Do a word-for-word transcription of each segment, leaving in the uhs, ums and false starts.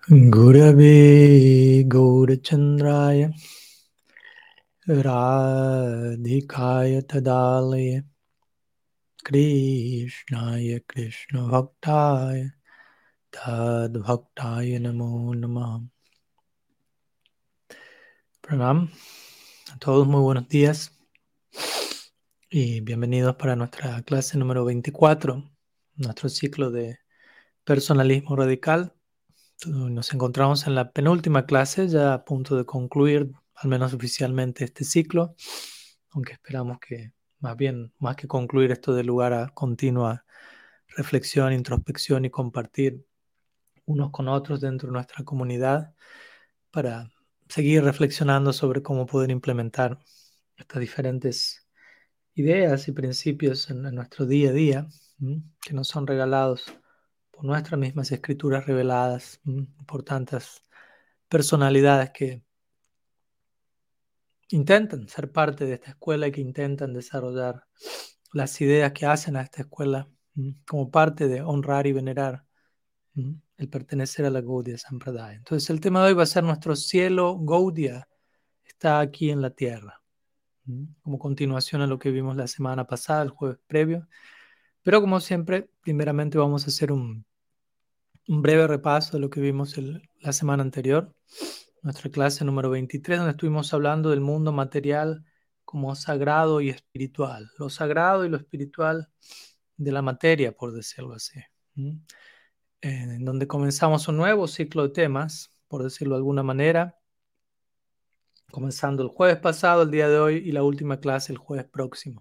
Gurave Gaurachandraya Radhikaya Tadalaya Krishnaya Krishna Bhaktaya Tad Bhaktaya Namo Namah. Pranam a todos, muy buenos días y bienvenidos para nuestra clase número veinticuatro, nuestro ciclo de personalismo radical. Nos encontramos en la penúltima clase, ya a punto de concluir, al menos oficialmente, este ciclo, aunque esperamos que más bien, más que concluir, esto dé lugar a continua reflexión, introspección y compartir unos con otros dentro de nuestra comunidad para seguir reflexionando sobre cómo poder implementar estas diferentes ideas y principios en, en nuestro día a día, ¿m? Que nos son regalados por nuestras mismas escrituras reveladas, ¿m? Por tantas personalidades que intentan ser parte de esta escuela y que intentan desarrollar las ideas que hacen a esta escuela, ¿m? Como parte de honrar y venerar, ¿m? El pertenecer a la Gaudiya Sampradaya. Entonces el tema de hoy va a ser nuestro cielo Gaudiya está aquí en la tierra, ¿m? Como continuación a lo que vimos la semana pasada, el jueves previo. Pero como siempre, primeramente vamos a hacer un, un breve repaso de lo que vimos el, la semana anterior, nuestra clase número veintitrés, donde estuvimos hablando del mundo material como sagrado y espiritual, lo sagrado y lo espiritual de la materia, por decirlo así, ¿m? En donde comenzamos un nuevo ciclo de temas, por decirlo de alguna manera, comenzando el jueves pasado, el día de hoy, y la última clase el jueves próximo.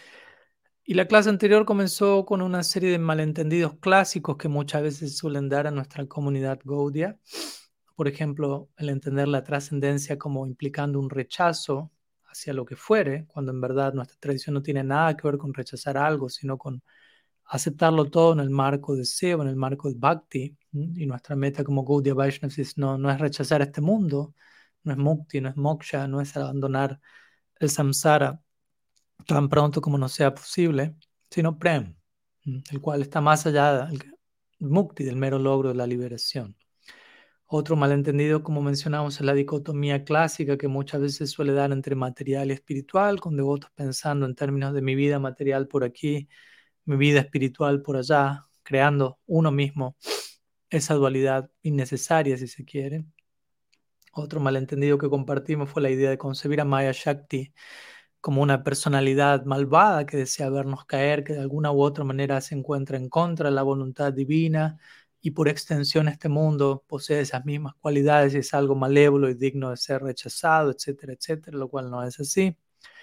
Y la clase anterior comenzó con una serie de malentendidos clásicos que muchas veces suelen dar a nuestra comunidad Gaudiya. Por ejemplo, el entender la trascendencia como implicando un rechazo hacia lo que fuere, cuando en verdad nuestra tradición no tiene nada que ver con rechazar algo, sino con aceptarlo todo en el marco de Seva, en el marco de Bhakti. ¿m? Y nuestra meta como Gaudiya Vaishnavas no, no es rechazar este mundo, no es mukti, no es moksha, no es abandonar el samsara tan pronto como nos sea posible, sino prem, el cual está más allá del mukti, del mero logro de la liberación. Otro malentendido, como mencionamos, es la dicotomía clásica que muchas veces suele dar entre material y espiritual, con devotos pensando en términos de mi vida material por aquí, mi vida espiritual por allá, creando uno mismo esa dualidad innecesaria, si se quiere. Otro malentendido que compartimos fue la idea de concebir a Maya Shakti como una personalidad malvada que desea vernos caer, que de alguna u otra manera se encuentra en contra de la voluntad divina y por extensión este mundo posee esas mismas cualidades y es algo malévolo y digno de ser rechazado, etcétera, etcétera, lo cual no es así.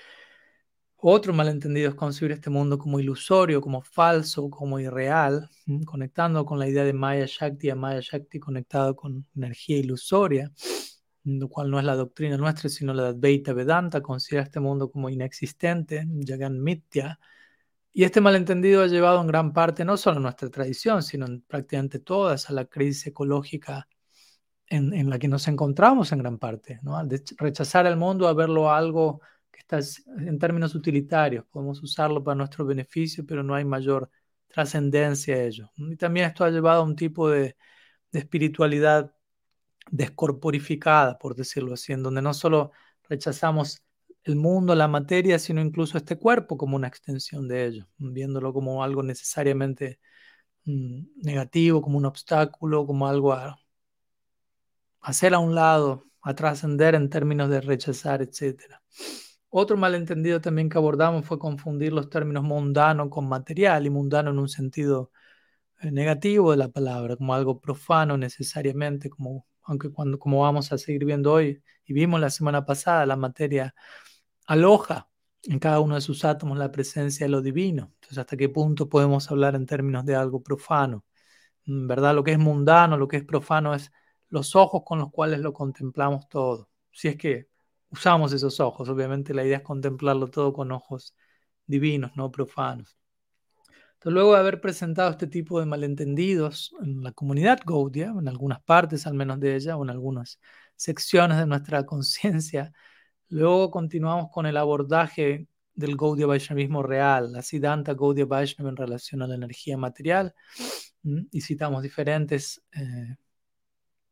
Otro malentendido es concebir este mundo como ilusorio, como falso, como irreal, ¿m? Conectando con la idea de Maya Shakti a Maya Shakti conectado con energía ilusoria, lo cual no es la doctrina nuestra, sino la de Advaita Vedanta, considera este mundo como inexistente, Jagan Mithya. Y este malentendido ha llevado en gran parte, no solo a nuestra tradición, sino en prácticamente todas, a la crisis ecológica en, en la que nos encontramos en gran parte, ¿no? Al rechazar el mundo, a verlo algo que está en términos utilitarios, podemos usarlo para nuestro beneficio, pero no hay mayor trascendencia a ello. Y también esto ha llevado a un tipo de, de espiritualidad descorporificada, por decirlo así, en donde no solo rechazamos el mundo, la materia, sino incluso este cuerpo como una extensión de ello, viéndolo como algo necesariamente mm, negativo, como un obstáculo, como algo a hacer a un lado, a trascender en términos de rechazar, etcétera. Otro malentendido también que abordamos fue confundir los términos mundano con material, y mundano en un sentido eh, negativo de la palabra, como algo profano necesariamente, como, aunque cuando, como vamos a seguir viendo hoy, y vimos la semana pasada, la materia aloja en cada uno de sus átomos la presencia de lo divino. Entonces, ¿hasta qué punto podemos hablar en términos de algo profano? En verdad, lo que es mundano, lo que es profano es los ojos con los cuales lo contemplamos todo. Si es que usamos esos ojos, obviamente la idea es contemplarlo todo con ojos divinos, no profanos. Entonces, luego de haber presentado este tipo de malentendidos en la comunidad Gaudiya, en algunas partes al menos de ella, o en algunas secciones de nuestra conciencia, luego continuamos con el abordaje del Gaudiya Vaishnavismo real, la Siddhanta Gaudiya Vaishnava en relación a la energía material, y citamos diferentes eh,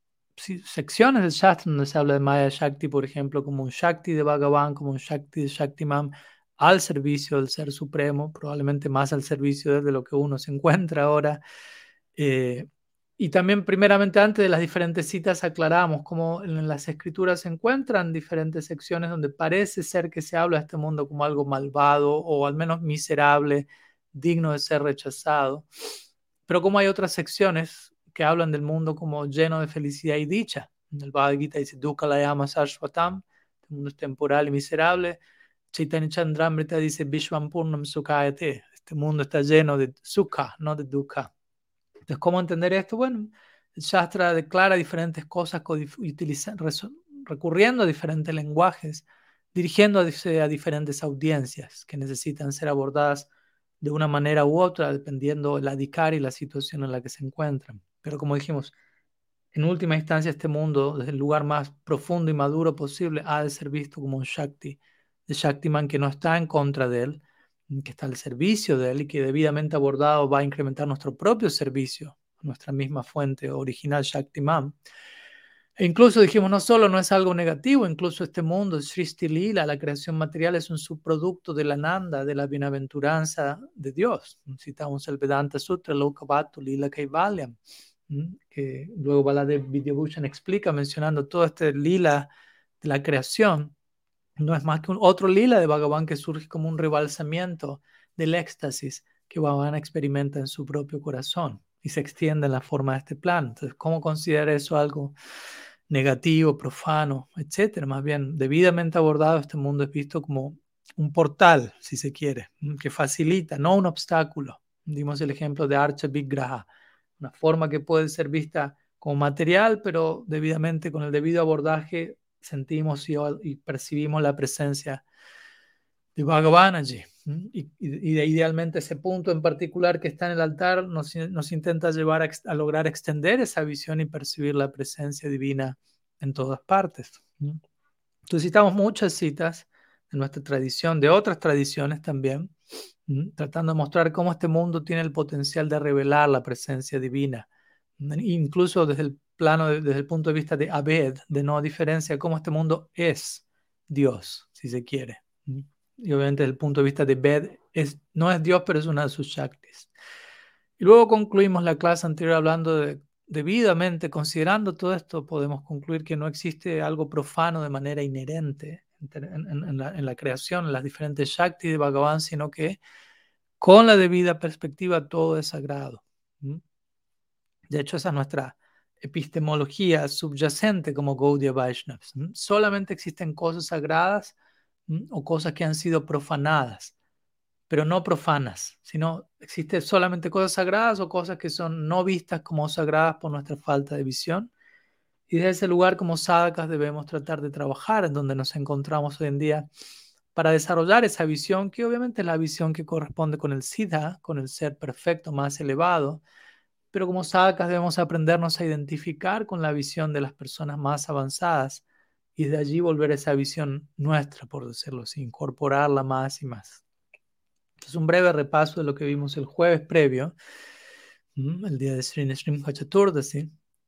sí, secciones del Shastra donde se habla de Maya Shakti, por ejemplo, como un Shakti de Bhagavan, como un Shakti de Shaktiman, al servicio del Ser Supremo, probablemente más al servicio de lo que uno se encuentra ahora. Eh, y también, primeramente, antes de las diferentes citas, aclaramos cómo en las escrituras se encuentran diferentes secciones donde parece ser que se habla de este mundo como algo malvado o al menos miserable, digno de ser rechazado. Pero como hay otras secciones que hablan del mundo como lleno de felicidad y dicha. En el Bhagavad Gita dice, Dukkha layama sarshvatam, el mundo es temporal y miserable. Chaitanya Chandramrita dice, Vishvam purnam sukhayate, este mundo está lleno de sukha, no de dukkha. Entonces, ¿cómo entender esto? Bueno, el Shastra declara diferentes cosas utiliza, recurriendo a diferentes lenguajes, dirigiéndose a diferentes audiencias que necesitan ser abordadas de una manera u otra, dependiendo la adhikari y la situación en la que se encuentran. Pero como dijimos, en última instancia, este mundo, desde el lugar más profundo y maduro posible, ha de ser visto como un Shakti, de Shaktiman que no está en contra de él, que está al servicio de él y que debidamente abordado va a incrementar nuestro propio servicio, nuestra misma fuente original Shaktiman. E incluso dijimos, no solo no es algo negativo, incluso este mundo, Srishti Lila, la creación material, es un subproducto de la Nanda, de la bienaventuranza de Dios. Citamos el Vedanta Sutra, Lokavatu Lila Kaivalyam, que luego Baladev Vidyabhushan explica mencionando todo este lila de la creación. No es más que un otro lila de Bhagavan que surge como un rebalsamiento del éxtasis que Bhagavan experimenta en su propio corazón y se extiende en la forma de este plan. Entonces, ¿cómo considerar eso algo negativo, profano, etcétera? Más bien, debidamente abordado, este mundo es visto como un portal, si se quiere, que facilita, no un obstáculo. Dimos el ejemplo de Archa Vigraha, una forma que puede ser vista como material, pero debidamente con el debido abordaje sentimos y, y percibimos la presencia de Bhagavan allí. Y, y, y de, idealmente ese punto en particular que está en el altar nos, nos intenta llevar a, a lograr extender esa visión y percibir la presencia divina en todas partes. Entonces citamos muchas citas de nuestra tradición, de otras tradiciones también, tratando de mostrar cómo este mundo tiene el potencial de revelar la presencia divina, incluso desde el plano, de, desde el punto de vista de Abed, de no diferencia, cómo este mundo es Dios, si se quiere. Y obviamente desde el punto de vista de Ved, es, no es Dios, pero es una de sus Shaktis. Y luego concluimos la clase anterior hablando de, debidamente, considerando todo esto, podemos concluir que no existe algo profano de manera inherente en, en, en, la, en la creación, en las diferentes Shaktis de Bhagavan, sino que con la debida perspectiva todo es sagrado. De hecho, esa es nuestra epistemología subyacente como Gaudiya Vaishnavas. Solamente existen cosas sagradas o cosas que han sido profanadas, pero no profanas, sino existen solamente cosas sagradas o cosas que son no vistas como sagradas por nuestra falta de visión. Y desde ese lugar, como sadhakas, debemos tratar de trabajar en donde nos encontramos hoy en día para desarrollar esa visión, que obviamente es la visión que corresponde con el siddha, con el ser perfecto más elevado. Pero como sadhakas debemos aprendernos a identificar con la visión de las personas más avanzadas y de allí volver a esa visión nuestra, por decirlo así, incorporarla más y más. Entonces, un breve repaso de lo que vimos el jueves previo, el día de Sri Nrsimha Chaturdasi.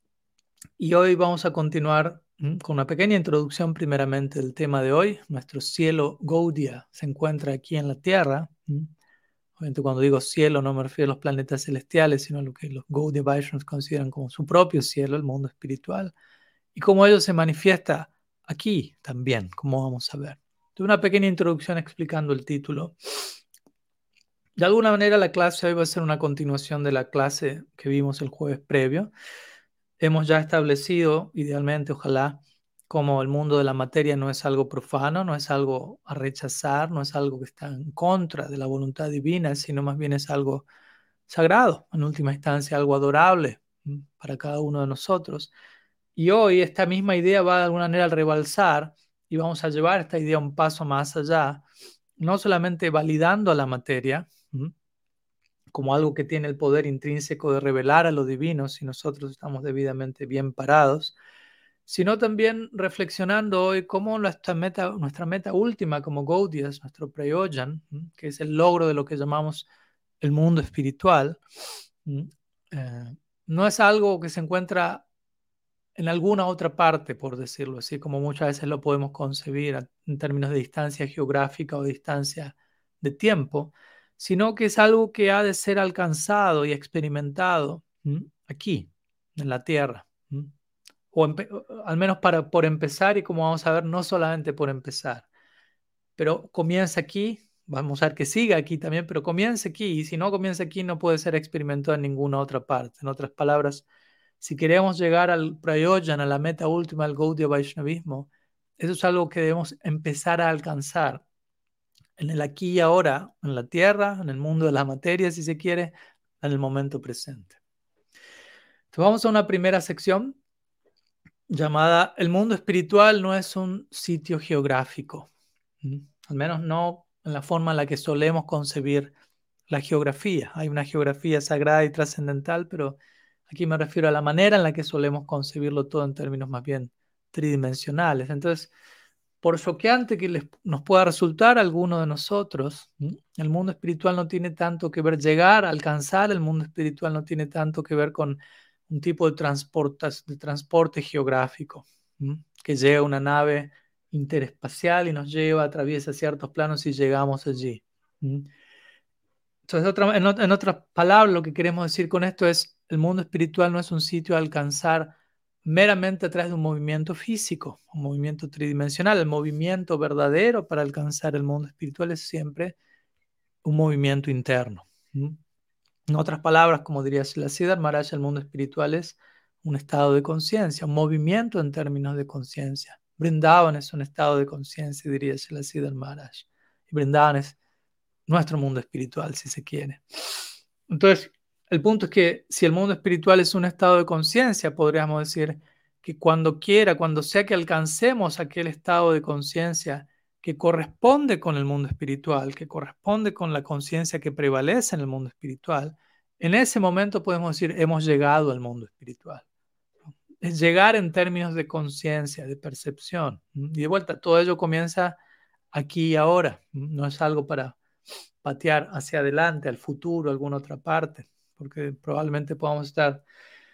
Y hoy vamos a continuar con una pequeña introducción primeramente del tema de hoy. Nuestro cielo Gaudiya se encuentra aquí en la Tierra. Obviamente cuando digo cielo no me refiero a los planetas celestiales, sino a lo que los Gaudiya Vaishnavas consideran como su propio cielo, el mundo espiritual, y cómo ello se manifiesta aquí también, como vamos a ver. De una pequeña introducción explicando el título. De alguna manera la clase hoy va a ser una continuación de la clase que vimos el jueves previo. Hemos ya establecido, idealmente, ojalá, como el mundo de la materia no es algo profano, no es algo a rechazar, no es algo que está en contra de la voluntad divina, sino más bien es algo sagrado, en última instancia algo adorable para cada uno de nosotros. Y hoy esta misma idea va de alguna manera a rebalsar y vamos a llevar esta idea un paso más allá, no solamente validando a la materia como algo que tiene el poder intrínseco de revelar a lo divino si nosotros estamos debidamente bien parados, sino también reflexionando hoy cómo nuestra meta, nuestra meta última como Gaudiyas, nuestro Prayojan, que es el logro de lo que llamamos el mundo espiritual, eh, no es algo que se encuentra en alguna otra parte, por decirlo así, como muchas veces lo podemos concebir en términos de distancia geográfica o distancia de tiempo, sino que es algo que ha de ser alcanzado y experimentado ¿m? Aquí, en la Tierra. ¿M? O, empe- o al menos para, por empezar, y como vamos a ver, no solamente por empezar, pero comienza aquí, vamos a ver que siga aquí también, pero comienza aquí, y si no comienza aquí no puede ser experimentado en ninguna otra parte. En otras palabras, si queremos llegar al Prayojan, a la meta última del Gaudiya Vaishnavismo, eso es algo que debemos empezar a alcanzar en el aquí y ahora, en la tierra, en el mundo de la materia, si se quiere, en el momento presente. Entonces vamos a una primera sección llamada El mundo espiritual no es un sitio geográfico. ¿Mm? Al menos no en la forma en la que solemos concebir la geografía. Hay una geografía sagrada y trascendental, pero aquí me refiero a la manera en la que solemos concebirlo todo en términos más bien tridimensionales. Entonces, por choqueante que les, nos pueda resultar a alguno de nosotros, ¿m? El mundo espiritual no tiene tanto que ver, llegar, alcanzar el mundo espiritual no tiene tanto que ver con un tipo de, transportas, de transporte geográfico, ¿m? Que llega una nave interespacial y nos lleva, atraviesa ciertos planos y llegamos allí. ¿M? Entonces, otra, en, ot- en otras palabras, lo que queremos decir con esto es, el mundo espiritual no es un sitio a alcanzar meramente a través de un movimiento físico, un movimiento tridimensional. El movimiento verdadero para alcanzar el mundo espiritual es siempre un movimiento interno. ¿Mm? En otras palabras, como diría Siddhartha Maharaj, el mundo espiritual es un estado de conciencia, un movimiento en términos de conciencia. Vrindavan es un estado de conciencia, diría Siddhartha Maharaj. Y Vrindavan es nuestro mundo espiritual, si se quiere. Entonces, el punto es que si el mundo espiritual es un estado de conciencia, podríamos decir que cuando quiera, cuando sea que alcancemos aquel estado de conciencia que corresponde con el mundo espiritual, que corresponde con la conciencia que prevalece en el mundo espiritual, en ese momento podemos decir, hemos llegado al mundo espiritual. Es llegar en términos de conciencia, de percepción. Y de vuelta, todo ello comienza aquí y ahora. No es algo para patear hacia adelante, al futuro, a alguna otra parte, porque probablemente podamos estar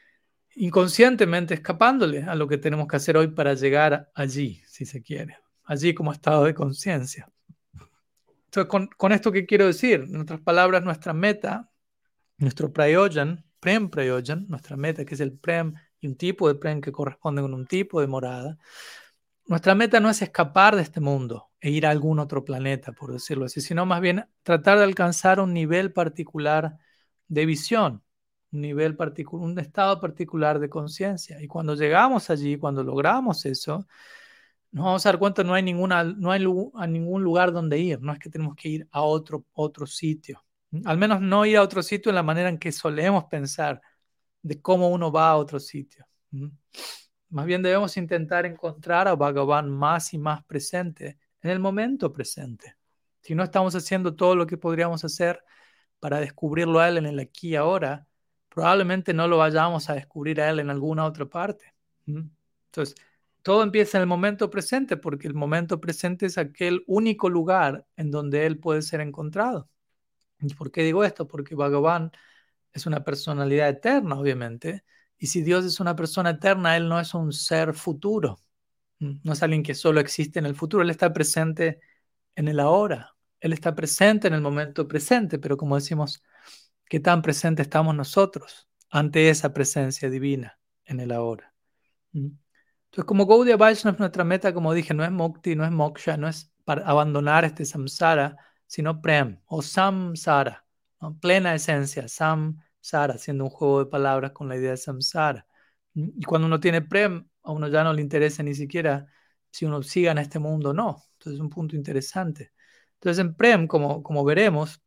inconscientemente escapándole a lo que tenemos que hacer hoy para llegar allí, si se quiere, allí como estado de conciencia. Entonces, con, con esto, ¿qué quiero decir? En otras palabras, nuestra meta, nuestro prayojan, prem prayojan, nuestra meta, que es el prem y un tipo de prem que corresponde con un tipo de morada, nuestra meta no es escapar de este mundo e ir a algún otro planeta, por decirlo así, sino más bien tratar de alcanzar un nivel particular de visión, un nivel particular, un estado particular de conciencia. Y cuando llegamos allí, cuando logramos eso, nos vamos a dar cuenta que no hay, ninguna, no hay lu- a ningún lugar donde ir, no es que tenemos que ir a otro, otro sitio. Al menos no ir a otro sitio en la manera en que solemos pensar de cómo uno va a otro sitio. ¿Mm? Más bien debemos intentar encontrar a Bhagavan más y más presente en el momento presente. Si no estamos haciendo todo lo que podríamos hacer para descubrirlo a él en el aquí y ahora, probablemente no lo vayamos a descubrir a él en alguna otra parte. ¿Mm? Entonces, todo empieza en el momento presente porque el momento presente es aquel único lugar en donde él puede ser encontrado. ¿Y por qué digo esto? Porque Bhagavan es una personalidad eterna, obviamente. Y si Dios es una persona eterna, Él no es un ser futuro. No es alguien que solo existe en el futuro. Él está presente en el ahora. Él está presente en el momento presente. Pero como decimos, ¿qué tan presente estamos nosotros ante esa presencia divina en el ahora? Entonces, como Gaudiya Vaishnava, nuestra meta, como dije, no es mukti, no es moksha, no es para abandonar este samsara, sino prem o samsara, ¿no? Plena esencia, samsara, siendo un juego de palabras con la idea de samsara. Y cuando uno tiene prem, a uno ya no le interesa ni siquiera si uno siga en este mundo o no. Entonces es un punto interesante. Entonces en prem, como, como veremos,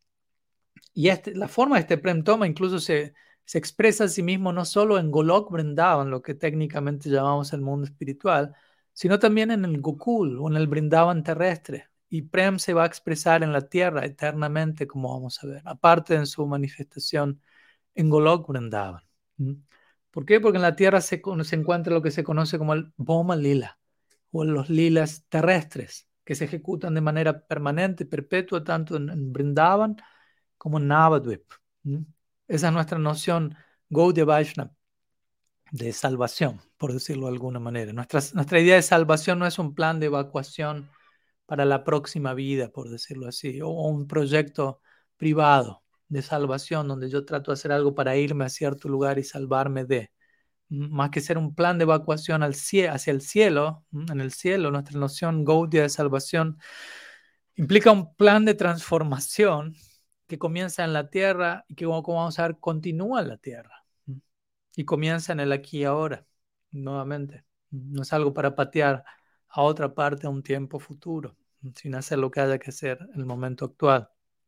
y este, la forma de este Prem Toma incluso se, se expresa a sí mismo no solo en Golok Vrindavan, lo que técnicamente llamamos el mundo espiritual, sino también en el Gokul o en el Vrindavan terrestre. Y Prem se va a expresar en la tierra eternamente, como vamos a ver, aparte de su manifestación en Golok Vrindavan. ¿Mm? ¿Por qué? Porque en la tierra se, se encuentra lo que se conoce como el Boma Lila, o los lilas terrestres, que se ejecutan de manera permanente, perpetua, tanto en, en Vrindavan como Navadvip. ¿Mm? Esa es nuestra noción Gaudiya Vaishnava de salvación, por decirlo de alguna manera. Nuestra, nuestra idea de salvación no es un plan de evacuación para la próxima vida, por decirlo así, o un proyecto privado de salvación donde yo trato de hacer algo para irme a cierto lugar y salvarme de. Más que ser un plan de evacuación al cie- hacia el cielo, en el cielo, nuestra noción Gaudiya de salvación implica un plan de transformación que comienza en la tierra y que, como vamos a ver, continúa en la tierra y comienza en el aquí y ahora, nuevamente. No es algo para patear a otra parte a un tiempo futuro, sin hacer lo que haya que hacer en el momento actual.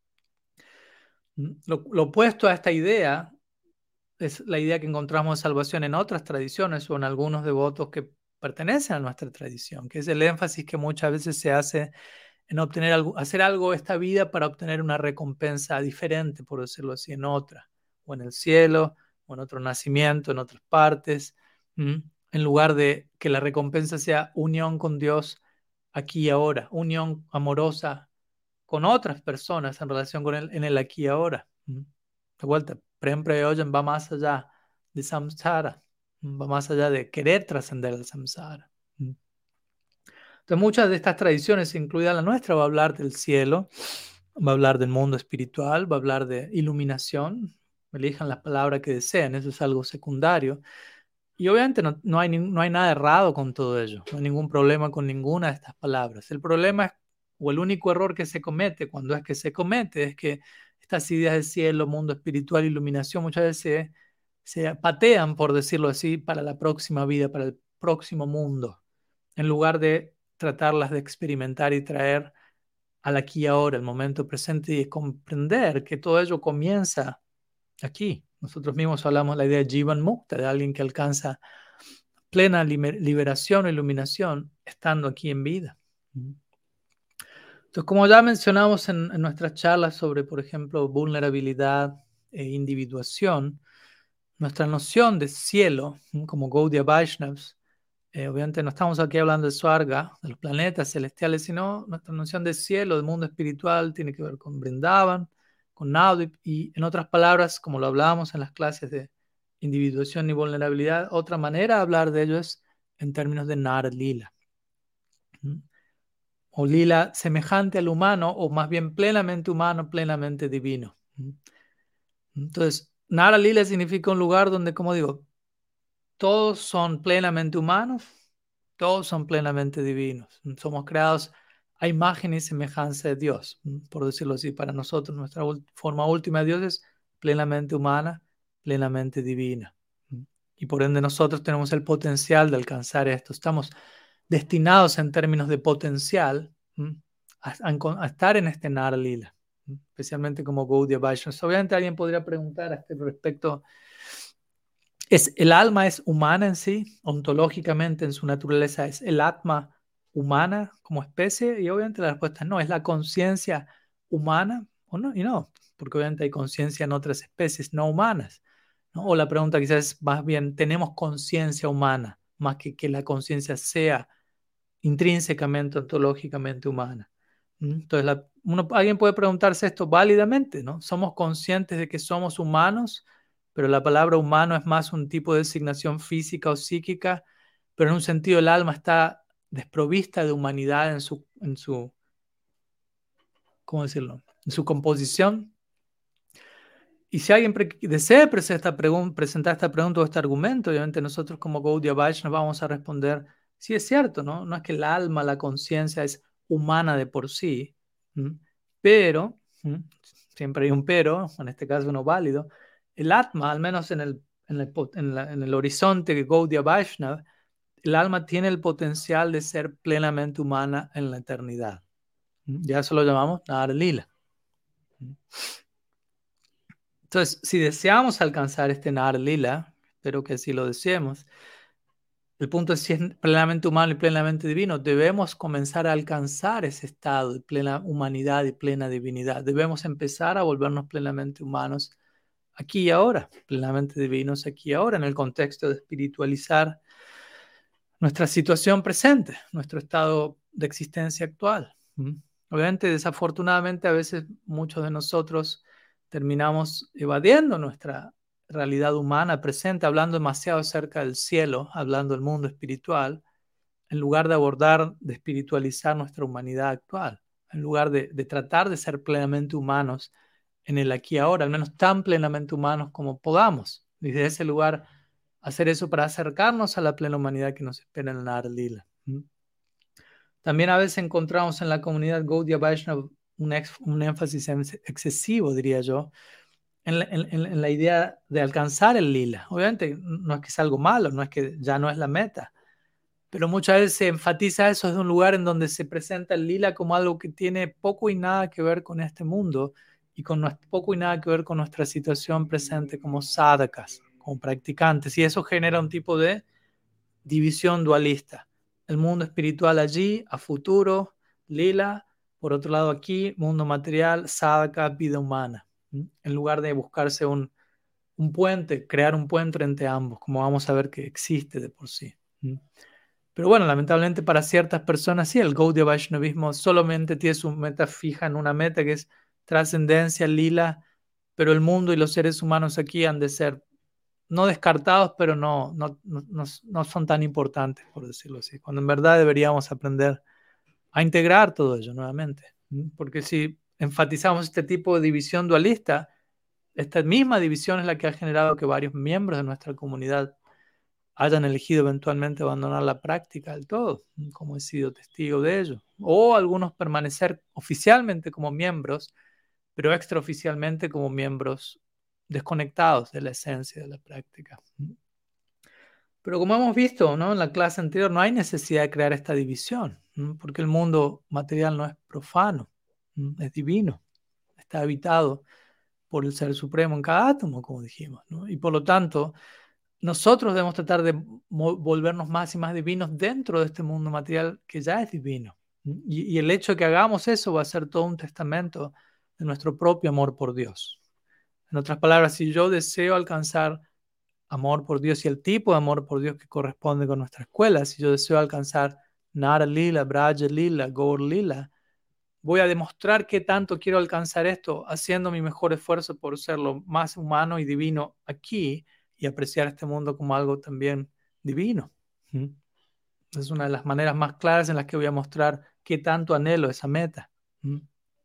Lo, lo opuesto a esta idea es la idea que encontramos de salvación en otras tradiciones o en algunos devotos que pertenecen a nuestra tradición, que es el énfasis que muchas veces se hace en obtener algo, hacer algo esta vida para obtener una recompensa diferente, por decirlo así, en otra, o en el cielo, o en otro nacimiento, en otras partes, ¿m? En lugar de que la recompensa sea unión con Dios aquí y ahora, unión amorosa con otras personas en relación con él en el aquí y ahora. ¿M? De vuelta, Prem Prayojan va más allá de samsara, va más allá de querer trascender el samsara. ¿M? Entonces, muchas de estas tradiciones, incluida la nuestra, va a hablar del cielo, va a hablar del mundo espiritual, va a hablar de iluminación. Elijan la palabra que deseen, eso es algo secundario. Y obviamente no, no, hay, no hay nada errado con todo ello, no hay ningún problema con ninguna de estas palabras. El problema es, o el único error que se comete, cuando es que se comete, es que estas ideas de cielo, mundo espiritual, iluminación, muchas veces se, se patean, por decirlo así, para la próxima vida, para el próximo mundo, en lugar de tratarlas de experimentar y traer al aquí y ahora, el momento presente, y comprender que todo ello comienza aquí. Nosotros mismos hablamos de la idea de Jivan Mukta, de alguien que alcanza plena liberación o iluminación estando aquí en vida. Entonces, como ya mencionamos en, en nuestras charlas sobre, por ejemplo, vulnerabilidad e individuación, nuestra noción de cielo, como Gaudiya Vaishnavas, Eh, obviamente no estamos aquí hablando de Swarga, de los planetas celestiales, sino nuestra noción de cielo, del mundo espiritual, tiene que ver con Vrindavan, con Navadvip, y en otras palabras, como lo hablábamos en las clases de individuación y vulnerabilidad, otra manera de hablar de ello es en términos de Nara Lila. ¿Mm? O Lila semejante al humano, o más bien plenamente humano, plenamente divino. ¿Mm? Entonces, Nara Lila significa un lugar donde, como digo, todos son plenamente humanos, todos son plenamente divinos. Somos creados a imagen y semejanza de Dios, por decirlo así. Para nosotros, nuestra forma última de Dios es plenamente humana, plenamente divina. Y por ende nosotros tenemos el potencial de alcanzar esto. Estamos destinados en términos de potencial a, a, a estar en este Nara Lila, especialmente como Gaudiya Vaishnavas. Obviamente alguien podría preguntar a este respecto, ¿es, ¿el alma es humana en sí? Ontológicamente en su naturaleza, ¿es el atma humana como especie? Y obviamente la respuesta es no, ¿es la conciencia humana o no? Y no, porque obviamente hay conciencia en otras especies no humanas, ¿no? O la pregunta quizás es más bien, ¿tenemos conciencia humana? Más que que la conciencia sea intrínsecamente, ontológicamente humana. Entonces, la, uno, alguien puede preguntarse esto válidamente, ¿no? ¿Somos conscientes de que somos humanos, pero la palabra humano es más un tipo de designación física o psíquica, pero en un sentido el alma está desprovista de humanidad en su, en su ¿cómo decirlo? En su composición? Y si alguien desea presentar esta, pregun presentar esta pregunta o este argumento, obviamente nosotros como Gaudiya Vaishnava vamos a responder, sí es cierto, ¿no? No es que el alma, la conciencia es humana de por sí, ¿m? Pero, ¿m? Siempre hay un pero, en este caso no válido, el atma, al menos en el, en el, en la, en el horizonte de Gaudiya Vaishnava, el alma tiene el potencial de ser plenamente humana en la eternidad. ¿M? Ya eso lo llamamos Nara Lila. Entonces, si deseamos alcanzar este Nara Lila, espero que así lo deseemos, el punto es si es plenamente humano y plenamente divino, debemos comenzar a alcanzar ese estado de plena humanidad y plena divinidad. Debemos empezar a volvernos plenamente humanos aquí y ahora, plenamente divinos aquí y ahora, en el contexto de espiritualizar nuestra situación presente, nuestro estado de existencia actual. Obviamente, desafortunadamente, a veces muchos de nosotros terminamos evadiendo nuestra realidad humana presente, hablando demasiado acerca del cielo, hablando del mundo espiritual, en lugar de abordar, de espiritualizar nuestra humanidad actual, en lugar de, de tratar de ser plenamente humanos en el aquí y ahora, al menos tan plenamente humanos como podamos. Y desde ese lugar hacer eso para acercarnos a la plena humanidad que nos espera en la Nara Lila. ¿Mm? También a veces encontramos en la comunidad Gaudiya Vaishnava un, ex, un énfasis excesivo, diría yo, en la, en, en la idea de alcanzar el lila. Obviamente no es que sea algo malo, no es que ya no es la meta, pero muchas veces se enfatiza eso desde un lugar en donde se presenta el lila como algo que tiene poco y nada que ver con este mundo y con nuestro, poco y nada que ver con nuestra situación presente como sadhakas, como practicantes, y eso genera un tipo de división dualista. El mundo espiritual allí, a futuro, lila, por otro lado aquí, mundo material, sadhaka, vida humana, ¿sí? En lugar de buscarse un, un puente, crear un puente entre ambos, como vamos a ver que existe de por sí. ¿Sí? Pero bueno, lamentablemente para ciertas personas sí, el Gaudiya Vaishnavismo solamente tiene su meta fija en una meta que es trascendencia, lila, pero el mundo y los seres humanos aquí han de ser no descartados, pero no, no, no, no son tan importantes, por decirlo así. Cuando en verdad deberíamos aprender a integrar todo ello nuevamente. Porque si enfatizamos este tipo de división dualista, esta misma división es la que ha generado que varios miembros de nuestra comunidad hayan elegido eventualmente abandonar la práctica del todo, como he sido testigo de ello. O algunos permanecer oficialmente como miembros, pero extraoficialmente como miembros desconectados de la esencia de la práctica. Pero como hemos visto, ¿no?, en la clase anterior, no hay necesidad de crear esta división, ¿no?, porque el mundo material no es profano, ¿no?, es divino, está habitado por el Ser Supremo en cada átomo, como dijimos, ¿no? Y por lo tanto, nosotros debemos tratar de volvernos más y más divinos dentro de este mundo material que ya es divino. Y, y el hecho de que hagamos eso va a ser todo un testamento de nuestro propio amor por Dios. En otras palabras, si yo deseo alcanzar amor por Dios y el tipo de amor por Dios que corresponde con nuestra escuela, si yo deseo alcanzar Nara Lila, Braja Lila, Gaur Lila, voy a demostrar qué tanto quiero alcanzar esto haciendo mi mejor esfuerzo por ser lo más humano y divino aquí y apreciar este mundo como algo también divino. ¿Mm? Es una de las maneras más claras en las que voy a mostrar qué tanto anhelo esa meta. ¿Mm?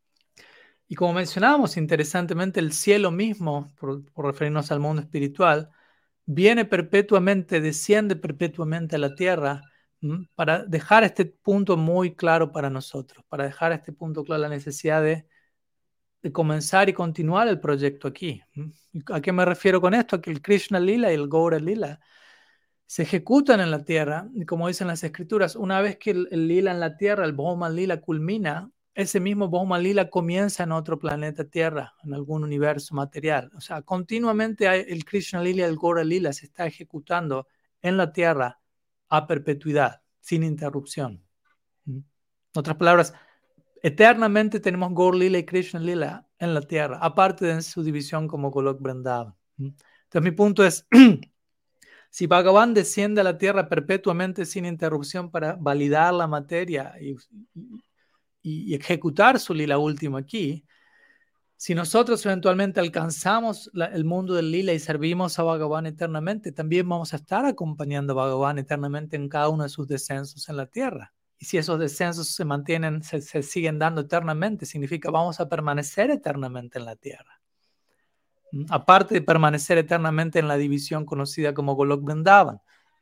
Y como mencionábamos, interesantemente, el cielo mismo, por, por referirnos al mundo espiritual, viene perpetuamente, desciende perpetuamente a la tierra, ¿m?, para dejar este punto muy claro para nosotros, para dejar este punto claro la necesidad de, de comenzar y continuar el proyecto aquí. ¿M? ¿A qué me refiero con esto? A que el Krishna Lila y el Gaura Lila se ejecutan en la tierra, y como dicen las escrituras, una vez que el, el Lila en la tierra, el Bhoma Lila culmina, ese mismo Bhoma Lila comienza en otro planeta Tierra, en algún universo material. O sea, continuamente hay, el Krishna Lila y el Gaura Lila se está ejecutando en la Tierra a perpetuidad, sin interrupción. En otras palabras, eternamente tenemos Gaura Lila y Krishna Lila en la Tierra, aparte de su división como Golok Vrindavan. Entonces mi punto es, si Bhagavan desciende a la Tierra perpetuamente sin interrupción para validar la materia y, y y ejecutar su lila última aquí, si nosotros eventualmente alcanzamos la, el mundo del lila y servimos a Bhagavan eternamente, también vamos a estar acompañando a Bhagavan eternamente en cada uno de sus descensos en la tierra. Y si esos descensos se mantienen, se, se siguen dando eternamente, significa vamos a permanecer eternamente en la tierra. Aparte de permanecer eternamente en la división conocida como Golok Vrindavan.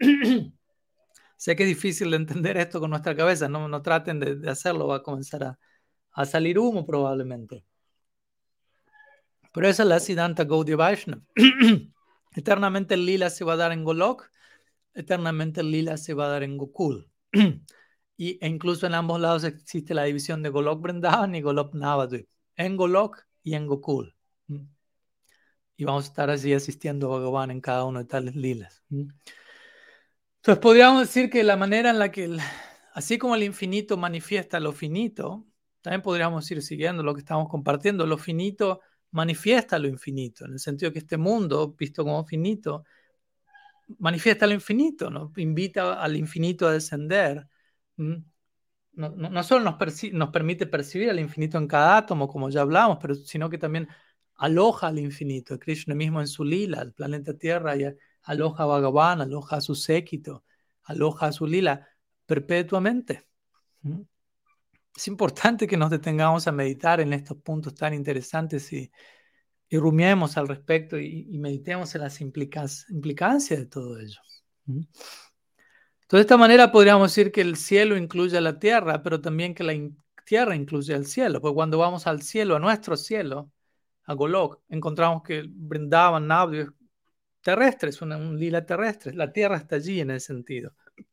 Sé que es difícil de entender esto con nuestra cabeza, no, no traten de, de hacerlo, va a comenzar a, a salir humo probablemente. Pero esa es la Siddhanta Gaudiya Vaishnava. Eternamente el lila se va a dar en Golok, eternamente el lila se va a dar en Gokul. Y, e incluso en ambos lados existe la división de Golok Vrindavan y Golok Navadvip, en Golok y en Gokul. Y vamos a estar así asistiendo a Bhagavan en cada uno de tales lilas. Entonces podríamos decir que la manera en la que, el, así como el infinito manifiesta lo finito, también podríamos ir siguiendo lo que estamos compartiendo. Lo finito manifiesta lo infinito, en el sentido que este mundo, visto como finito, manifiesta lo infinito, ¿no? Invita al infinito a descender. No, no, no solo nos, perci- nos permite percibir al infinito en cada átomo, como ya hablamos, pero, sino que también aloja al infinito. Krishna mismo en su lila, el planeta Tierra, y aloja a Bhagavan, aloja a su séquito, aloja a su lila perpetuamente. ¿Mm? Es importante que nos detengamos a meditar en estos puntos tan interesantes y, y rumiemos al respecto y, y meditemos en las implica- implicancias de todo ello. ¿Mm? Entonces, de esta manera podríamos decir que el cielo incluye a la tierra, pero también que la in- tierra incluye al cielo, porque cuando vamos al cielo, a nuestro cielo, a Golok, encontramos que Vrindavan, Navadvip es terrestre, es una, un lila terrestre, la tierra está allí en ese sentido.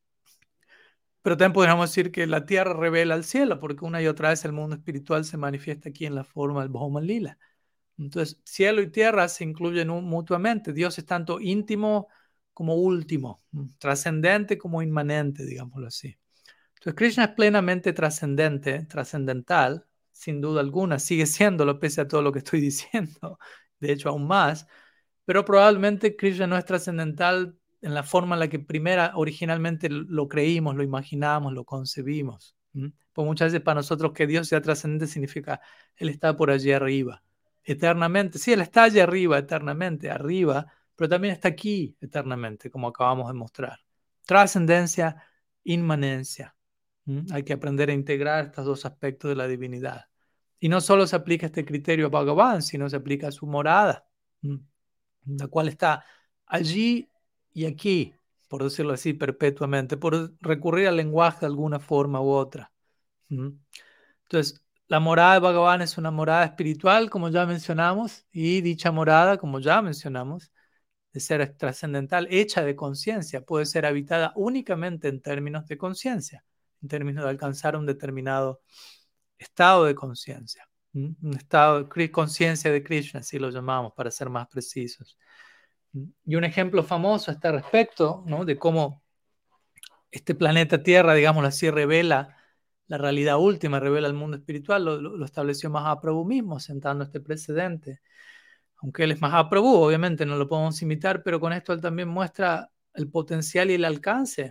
Pero también podríamos decir que la tierra revela al cielo, porque una y otra vez el mundo espiritual se manifiesta aquí en la forma del Bhauman Lila. Entonces, cielo y tierra se incluyen un- mutuamente. Dios es tanto íntimo como último, trascendente como inmanente, digámoslo así. Entonces, Krishna es plenamente trascendente, trascendental, sin duda alguna, sigue siéndolo pese a todo lo que estoy diciendo, de hecho aún más, pero probablemente Krishna no es trascendental en la forma en la que primera originalmente lo creímos, lo imaginamos, lo concebimos. ¿Mm? Pues muchas veces para nosotros que Dios sea trascendente significa Él está por allí arriba, eternamente. Sí, Él está allí arriba, eternamente, arriba, pero también está aquí eternamente, como acabamos de mostrar. Trascendencia, inmanencia. ¿Mm? Hay que aprender a integrar estos dos aspectos de la divinidad. Y no solo se aplica este criterio a Bhagavan, sino se aplica a su morada. ¿Mm? La cual está allí y aquí, por decirlo así, perpetuamente, por recurrir al lenguaje de alguna forma u otra. ¿Mm? Entonces, la morada de Bhagavan es una morada espiritual, como ya mencionamos, y dicha morada, como ya mencionamos, de ser trascendental, hecha de conciencia, puede ser habitada únicamente en términos de conciencia, en términos de alcanzar un determinado estado de conciencia. ¿Mm? Un estado de conciencia de Krishna, así lo llamamos, para ser más precisos. Y un ejemplo famoso a este respecto, ¿no? De cómo este planeta Tierra, digámoslo así, revela la realidad última, revela el mundo espiritual, lo, lo, lo estableció Mahaprabhu mismo, sentando este precedente. Aunque él es Mahaprabhu, obviamente no lo podemos imitar, pero con esto él también muestra el potencial y el alcance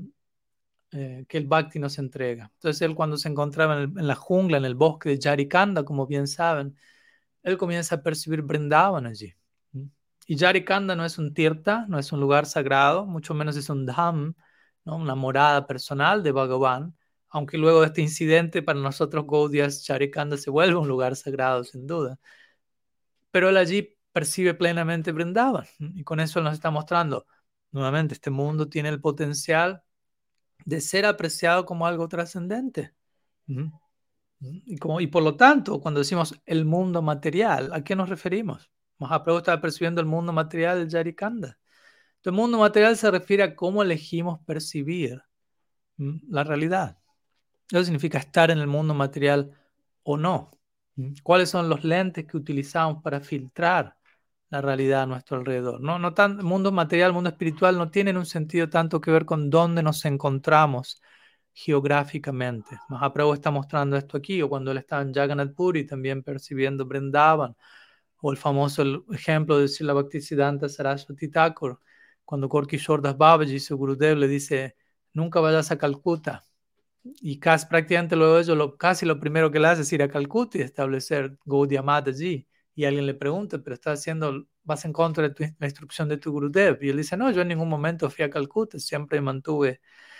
eh, que el Bhakti nos entrega. Entonces él cuando se encontraba en, el, en la jungla, en el bosque de Yarikanda, como bien saben, él comienza a percibir Vrindavan allí. Y Yarikanda no es un tirtha, no es un lugar sagrado, mucho menos es un dham, ¿no? Una morada personal de Bhagavan, aunque luego de este incidente para nosotros Gaudias, Yarikanda se vuelve un lugar sagrado, sin duda. Pero él allí percibe plenamente Vrindavan, y con eso él nos está mostrando, nuevamente, este mundo tiene el potencial de ser apreciado como algo trascendente. ¿Mm? Y, como, y por lo tanto, cuando decimos el mundo material, ¿a qué nos referimos? Mahaprabhu estaba percibiendo el mundo material del Yarikanda. El mundo material se refiere a cómo elegimos percibir ¿m? La realidad. Eso significa estar en el mundo material o no. ¿M? ¿Cuáles son los lentes que utilizamos para filtrar la realidad a nuestro alrededor? No, no tan, el mundo material, el mundo espiritual no tienen un sentido tanto que ver con dónde nos encontramos geográficamente. Mahaprabhu está mostrando esto aquí, o cuando él estaba en Jagannath Puri también percibiendo Vrindavan, o el famoso ejemplo de Srila Bhaktisiddhanta Saraswati Thakur, cuando Gorky Shordas Babaji, su Gurudev, le dice, nunca vayas a Calcuta. Y casi prácticamente luego de ello, lo, casi lo primero que le hace es ir a Calcuta y establecer Gaudiya Math allí. Y alguien le pregunta, pero estás haciendo, vas en contra de tu, la instrucción de tu Gurudev. Y él dice, no, yo en ningún momento fui a Calcuta, siempre me mantuve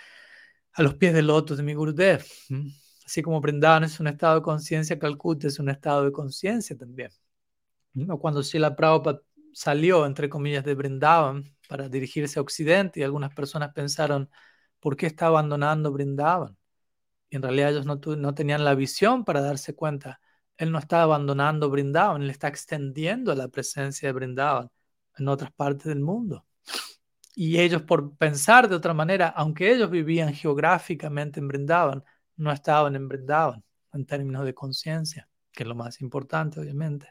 a los pies del loto de mi Gurudev. Así como Vrindavan es un estado de conciencia, Calcuta es un estado de conciencia también. Cuando Srila Prabhupada salió, entre comillas, de Vrindavan para dirigirse a Occidente, y algunas personas pensaron, ¿por qué está abandonando Vrindavan? Y en realidad ellos no, tu, no tenían la visión para darse cuenta. Él no está abandonando Vrindavan, él está extendiendo la presencia de Vrindavan en otras partes del mundo. Y ellos, por pensar de otra manera, aunque ellos vivían geográficamente en Vrindavan, no estaban en Vrindavan en términos de conciencia, que es lo más importante, obviamente.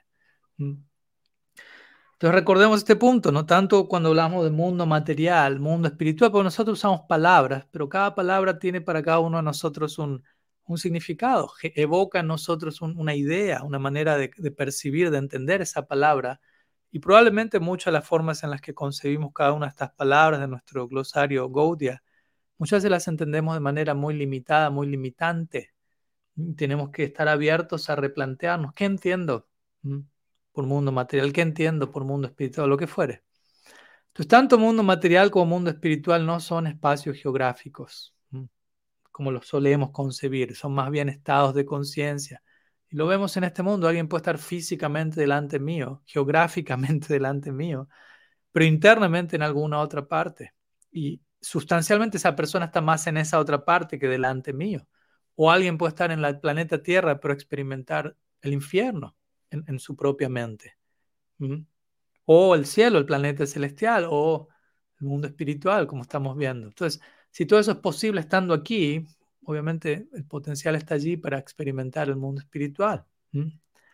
Entonces recordemos este punto, no tanto cuando hablamos de mundo material, mundo espiritual, porque nosotros usamos palabras, pero cada palabra tiene para cada uno de nosotros un, un significado, evoca en nosotros un, una idea, una manera de, de percibir, de entender esa palabra, y probablemente muchas de las formas en las que concebimos cada una de estas palabras de nuestro glosario Gaudiya, muchas veces las entendemos de manera muy limitada, muy limitante. Tenemos que estar abiertos a replantearnos, ¿qué entiendo? ¿Mm? por mundo material, ¿qué entiendo por mundo espiritual? Lo que fuere. Entonces, tanto mundo material como mundo espiritual no son espacios geográficos, ¿m? Como los solemos concebir, son más bien estados de conciencia. Y lo vemos en este mundo, alguien puede estar físicamente delante mío, geográficamente delante mío, pero internamente en alguna otra parte. Y sustancialmente esa persona está más en esa otra parte que delante mío. O alguien puede estar en el planeta Tierra, pero experimentar el infierno en, en su propia mente. ¿Mm? O el cielo, el planeta celestial, o el mundo espiritual, como estamos viendo. Entonces, si todo eso es posible estando aquí, obviamente el potencial está allí para experimentar el mundo espiritual. ¿Mm?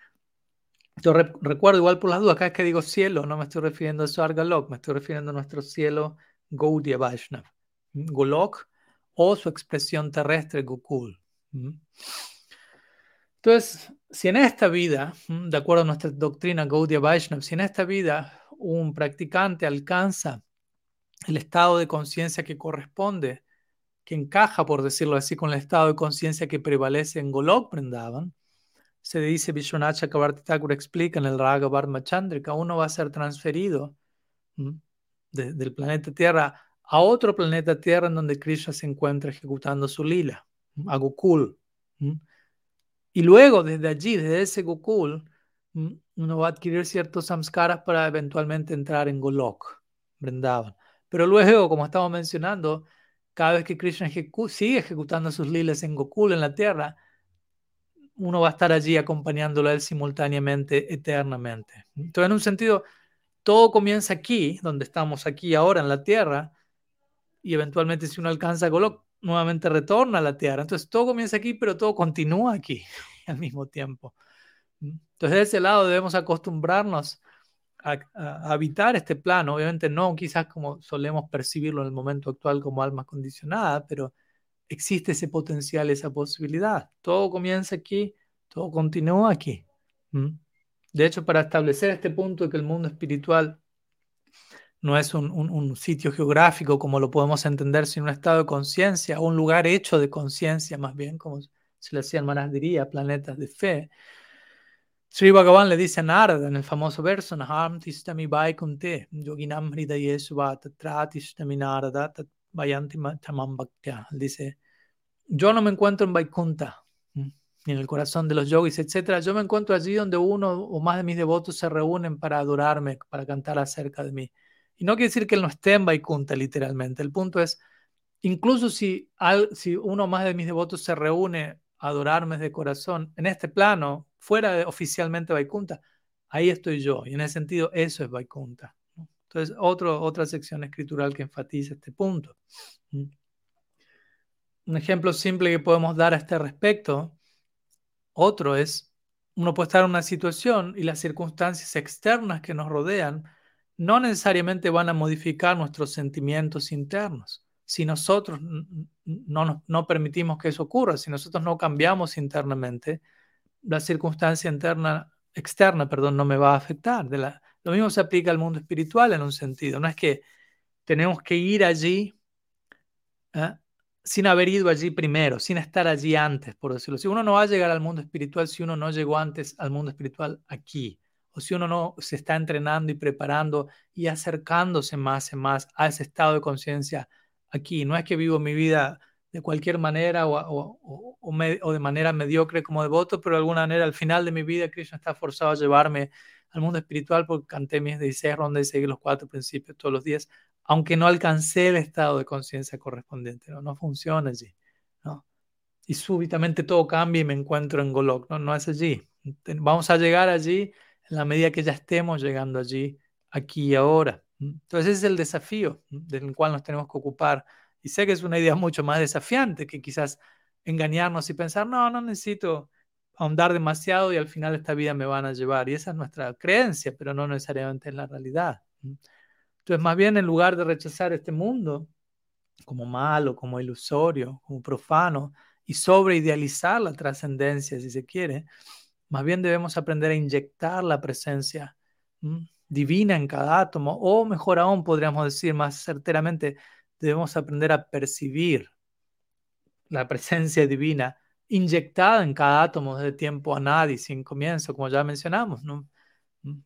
Yo re- recuerdo igual por las dudas, cada vez que digo cielo, no me estoy refiriendo a Svargalok, me estoy refiriendo a nuestro cielo Gaudiya Vaishnav, ¿m? Golok, o su expresión terrestre Gokul. ¿M? Entonces, si en esta vida, ¿m? de acuerdo a nuestra doctrina Gaudiya Vaishnav, si en esta vida un practicante alcanza el estado de conciencia que corresponde, que encaja, por decirlo así, con el estado de conciencia que prevalece en Golok Vrindavan, se dice, Vishwanath Chakravarti Thakur explica en el Raga Varma Chandrika, uno va a ser transferido ¿m? de- del planeta Tierra a otro planeta Tierra en donde Krishna se encuentra ejecutando su lila, ¿m? A Gokul. ¿M? Y luego, desde allí, desde ese Gokul, ¿m? Uno va a adquirir ciertos samskaras para eventualmente entrar en Golok, Vrindavan. Pero luego, como estamos mencionando, cada vez que Krishna ejecu- sigue ejecutando sus lilas en Gokul, en la Tierra, uno va a estar allí acompañándolo a él simultáneamente, eternamente. Entonces, en un sentido, todo comienza aquí, donde estamos aquí ahora en la Tierra, y eventualmente si uno alcanza Golok, nuevamente retorna a la Tierra. Entonces, todo comienza aquí, pero todo continúa aquí al mismo tiempo. Entonces, de ese lado debemos acostumbrarnos a, a, a habitar este plano, obviamente no quizás como solemos percibirlo en el momento actual como alma condicionada, pero existe ese potencial, esa posibilidad. Todo comienza aquí, todo continúa aquí. ¿Mm? De hecho, para establecer este punto de que el mundo espiritual no es un, un, un sitio geográfico como lo podemos entender, sino un estado de conciencia, o un lugar hecho de conciencia, más bien, como se le hacía en Manas diría, planetas de fe. Sri Bhagavan le dice a Narada en el famoso verso, Naham tishtami vaikunte, yoginam hridayesu va tatra tishtami Narada tat vayanti tamam bhaktya. Dice, yo no me encuentro en Vaikunta, ni en el corazón de los yogis, etcétera. Yo me encuentro allí donde uno o más de mis devotos se reúnen para adorarme, para cantar acerca de mí. Y no quiere decir que él no esté en Vaikunta, literalmente. El punto es, incluso si, al, si uno o más de mis devotos se reúne a adorarme de corazón, en este plano, fuera de oficialmente Vaikunta, ahí estoy yo. Y en ese sentido, eso es Vaikunta. Entonces, otro, otra sección escritural que enfatiza este punto. Un ejemplo simple que podemos dar a este respecto, otro es, uno puede estar en una situación y las circunstancias externas que nos rodean no necesariamente van a modificar nuestros sentimientos internos. Si nosotros no, nos, no permitimos que eso ocurra, si nosotros no cambiamos internamente, la circunstancia interna, externa, perdón, no me va a afectar. De la, lo mismo se aplica al mundo espiritual en un sentido. No es que tenemos que ir allí, ¿eh? sin haber ido allí primero, sin estar allí antes, por decirlo así. Uno no va a llegar al mundo espiritual si uno no llegó antes al mundo espiritual aquí, o si uno no se está entrenando y preparando y acercándose más y más a ese estado de conciencia aquí. No es que vivo mi vida de cualquier manera o, o, o, o, me, o de manera mediocre como devoto, pero de alguna manera al final de mi vida Krishna está forzado a llevarme al mundo espiritual porque canté mis dieciséis rondas y seguí los cuatro principios todos los días, aunque no alcancé el estado de conciencia correspondiente, ¿no? No funciona allí, ¿no? Y súbitamente todo cambia y me encuentro en Golok, ¿no? No es allí. Vamos a llegar allí en la medida que ya estemos llegando allí, aquí y ahora. Entonces ese es el desafío del cual nos tenemos que ocupar. Y sé que es una idea mucho más desafiante que quizás engañarnos y pensar, no, no necesito ahondar demasiado y al final esta vida me van a llevar. Y esa es nuestra creencia, pero no necesariamente en la realidad. Entonces, más bien, en lugar de rechazar este mundo como malo, como ilusorio, como profano, y sobreidealizar la trascendencia, si se quiere, más bien debemos aprender a inyectar la presencia ¿m? divina en cada átomo, o mejor aún, podríamos decir más certeramente, debemos aprender a percibir la presencia divina inyectada en cada átomo desde tiempo a nadie, sin comienzo, como ya mencionamos, ¿no?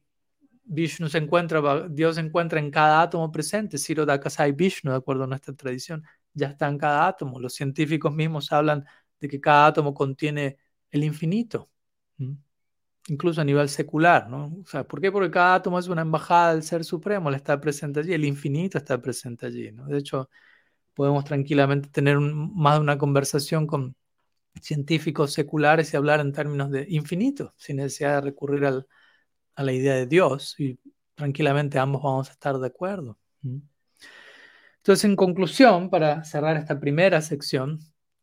Vishnu se encuentra, Dios se encuentra en cada átomo presente, Sirodakasai Vishnu, de acuerdo a nuestra tradición, ya está en cada átomo. Los científicos mismos hablan de que cada átomo contiene el infinito, ¿m? Incluso a nivel secular, ¿no? O sea, ¿por qué? Porque cada átomo es una embajada del Ser Supremo, él está presente allí, el infinito está presente allí, ¿no? De hecho, podemos tranquilamente tener un, más de una conversación con científicos seculares y hablar en términos de infinito, sin necesidad de recurrir al, a la idea de Dios, y tranquilamente ambos vamos a estar de acuerdo. Entonces, en conclusión, para cerrar esta primera sección,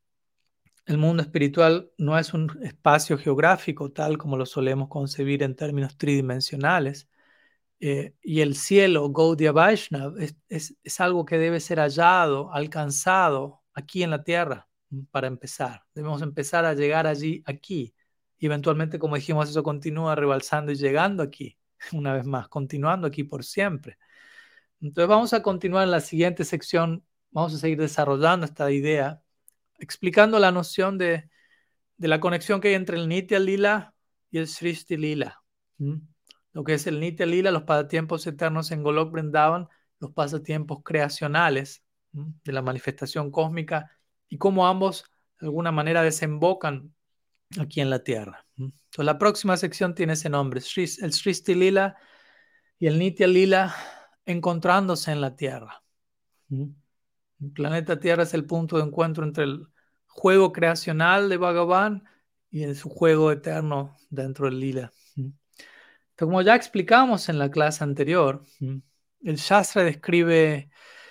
el mundo espiritual no es un espacio geográfico tal como lo solemos concebir en términos tridimensionales, eh, y el cielo, Gaudiya Vaishnava, es, es, es algo que debe ser hallado, alcanzado aquí en la tierra para empezar. Debemos empezar a llegar allí, aquí. Y eventualmente, como dijimos, eso continúa rebalsando y llegando aquí, una vez más, continuando aquí por siempre. Entonces vamos a continuar en la siguiente sección, vamos a seguir desarrollando esta idea, explicando la noción de, de la conexión que hay entre el Nitya Lila y el Srishti Lila. ¿Mm? Lo que es el Nitya Lila, los pasatiempos eternos en Golok Vrindavan, los pasatiempos creacionales, ¿Mm? de la manifestación cósmica, y cómo ambos de alguna manera desembocan aquí en la tierra. ¿Mm? Entonces la próxima sección tiene ese nombre, el Srishti Lila y el Nitya Lila encontrándose en la tierra. ¿Mm? El planeta Tierra es el punto de encuentro entre el juego creacional de Bhagavan y en su juego eterno dentro del Lila. Entonces, como ya explicamos en la clase anterior, el Shastra describe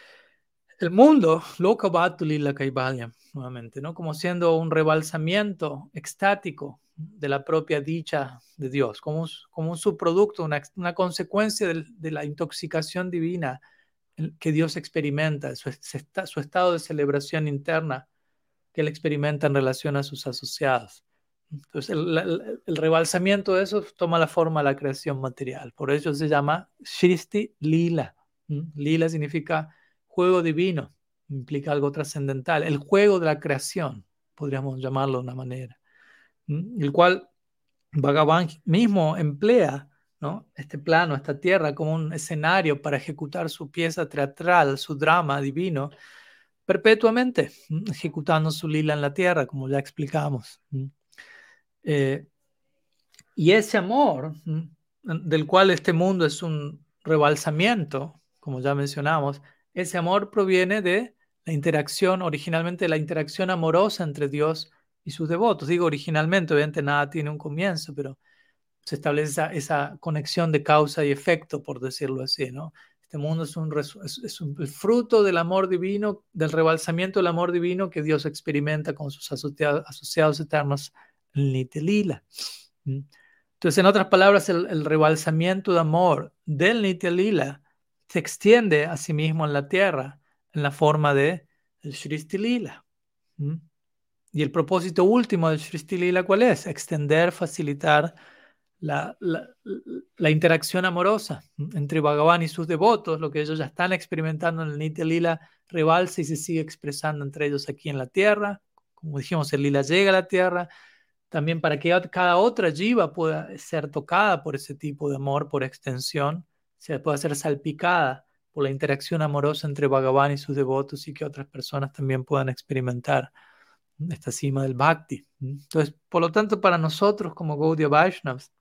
el mundo, Lokabhatu Lila Kaivalyam, nuevamente, ¿no? Como siendo un rebalsamiento extático de la propia dicha de Dios, como un, como un subproducto, una, una consecuencia de, de la intoxicación divina que Dios experimenta, su, su estado de celebración interna que él experimenta en relación a sus asociados. Entonces, el, el, el rebalsamiento de eso toma la forma de la creación material. Por eso se llama Srishti Lila. ¿Mm? Lila significa juego divino, implica algo trascendental. El juego de la creación, podríamos llamarlo de una manera. ¿Mm? El cual Bhagavan mismo emplea, ¿no? Este plano, esta tierra, como un escenario para ejecutar su pieza teatral, su drama divino, perpetuamente, ¿m? Ejecutando su lila en la tierra, como ya explicamos. Eh, y ese amor, ¿m? Del cual este mundo es un rebalsamiento, como ya mencionamos, ese amor proviene de la interacción, originalmente la interacción amorosa entre Dios y sus devotos. Digo originalmente, obviamente nada tiene un comienzo, pero se establece esa, esa conexión de causa y efecto, por decirlo así, ¿no? Este mundo es, un, es, es un, el fruto del amor divino, del rebalsamiento del amor divino que Dios experimenta con sus asociados, asociados eternos en Nitya Lila. Entonces, en otras palabras, el, el rebalsamiento de amor del Nitya Lila se extiende a sí mismo en la tierra en la forma de el Srishti Lila. ¿Mm? Y el propósito último del Srishti Lila, ¿cuál es? Extender, facilitar La, la, la interacción amorosa entre Bhagavan y sus devotos, lo que ellos ya están experimentando en el Nitya Lila, rebalsa y se sigue expresando entre ellos aquí en la tierra. Como dijimos, el Lila llega a la tierra también para que cada otra jiva pueda ser tocada por ese tipo de amor, por extensión, se pueda ser salpicada por la interacción amorosa entre Bhagavan y sus devotos, y que otras personas también puedan experimentar esta cima del Bhakti. Entonces, por lo tanto, para nosotros como Gaudiya Vaishnavas,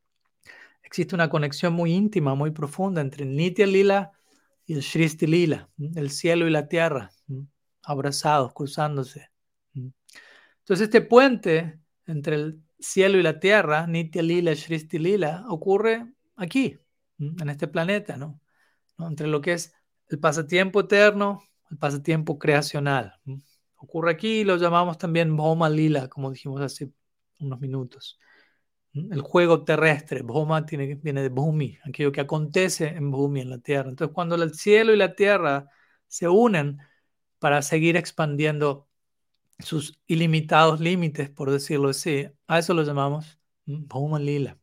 existe una conexión muy íntima, muy profunda entre el Nitya Lila y el Srishti Lila, el cielo y la tierra, abrazados, cruzándose. Entonces este puente entre el cielo y la tierra, Nitya Lila y Srishti Lila, ocurre aquí, en este planeta, ¿no? Entre lo que es el pasatiempo eterno, el pasatiempo creacional. Ocurre aquí y lo llamamos también Bhoma Lila, como dijimos hace unos minutos. El juego terrestre, Bhoma tiene, viene de Bhumi, aquello que acontece en Bhumi, en la tierra. Entonces, cuando el cielo y la tierra se unen para seguir expandiendo sus ilimitados límites, por decirlo así, a eso lo llamamos Bhoma Lila.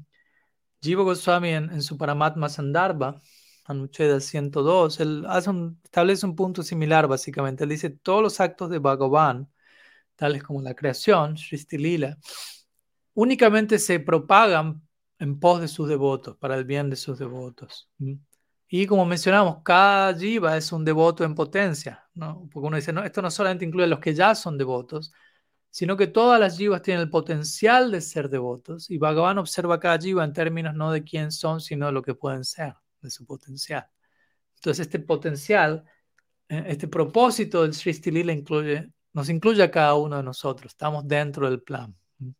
Jiva Goswami en, en su Paramatma Sandarbha, Anucheda ciento dos, él hace un, establece un punto similar, básicamente. Él dice, todos los actos de Bhagavan, tales como la creación, Srishti Lila, únicamente se propagan en pos de sus devotos, para el bien de sus devotos. ¿Mm? Y como mencionamos, cada jiva es un devoto en potencia, ¿no? Porque uno dice, no, esto no solamente incluye a los que ya son devotos, sino que todas las jivas tienen el potencial de ser devotos, y Bhagavan observa cada jiva en términos no de quién son, sino de lo que pueden ser, de su potencial. Entonces este potencial, eh, este propósito del Srishti Lila incluye, nos incluye a cada uno de nosotros, estamos dentro del plan.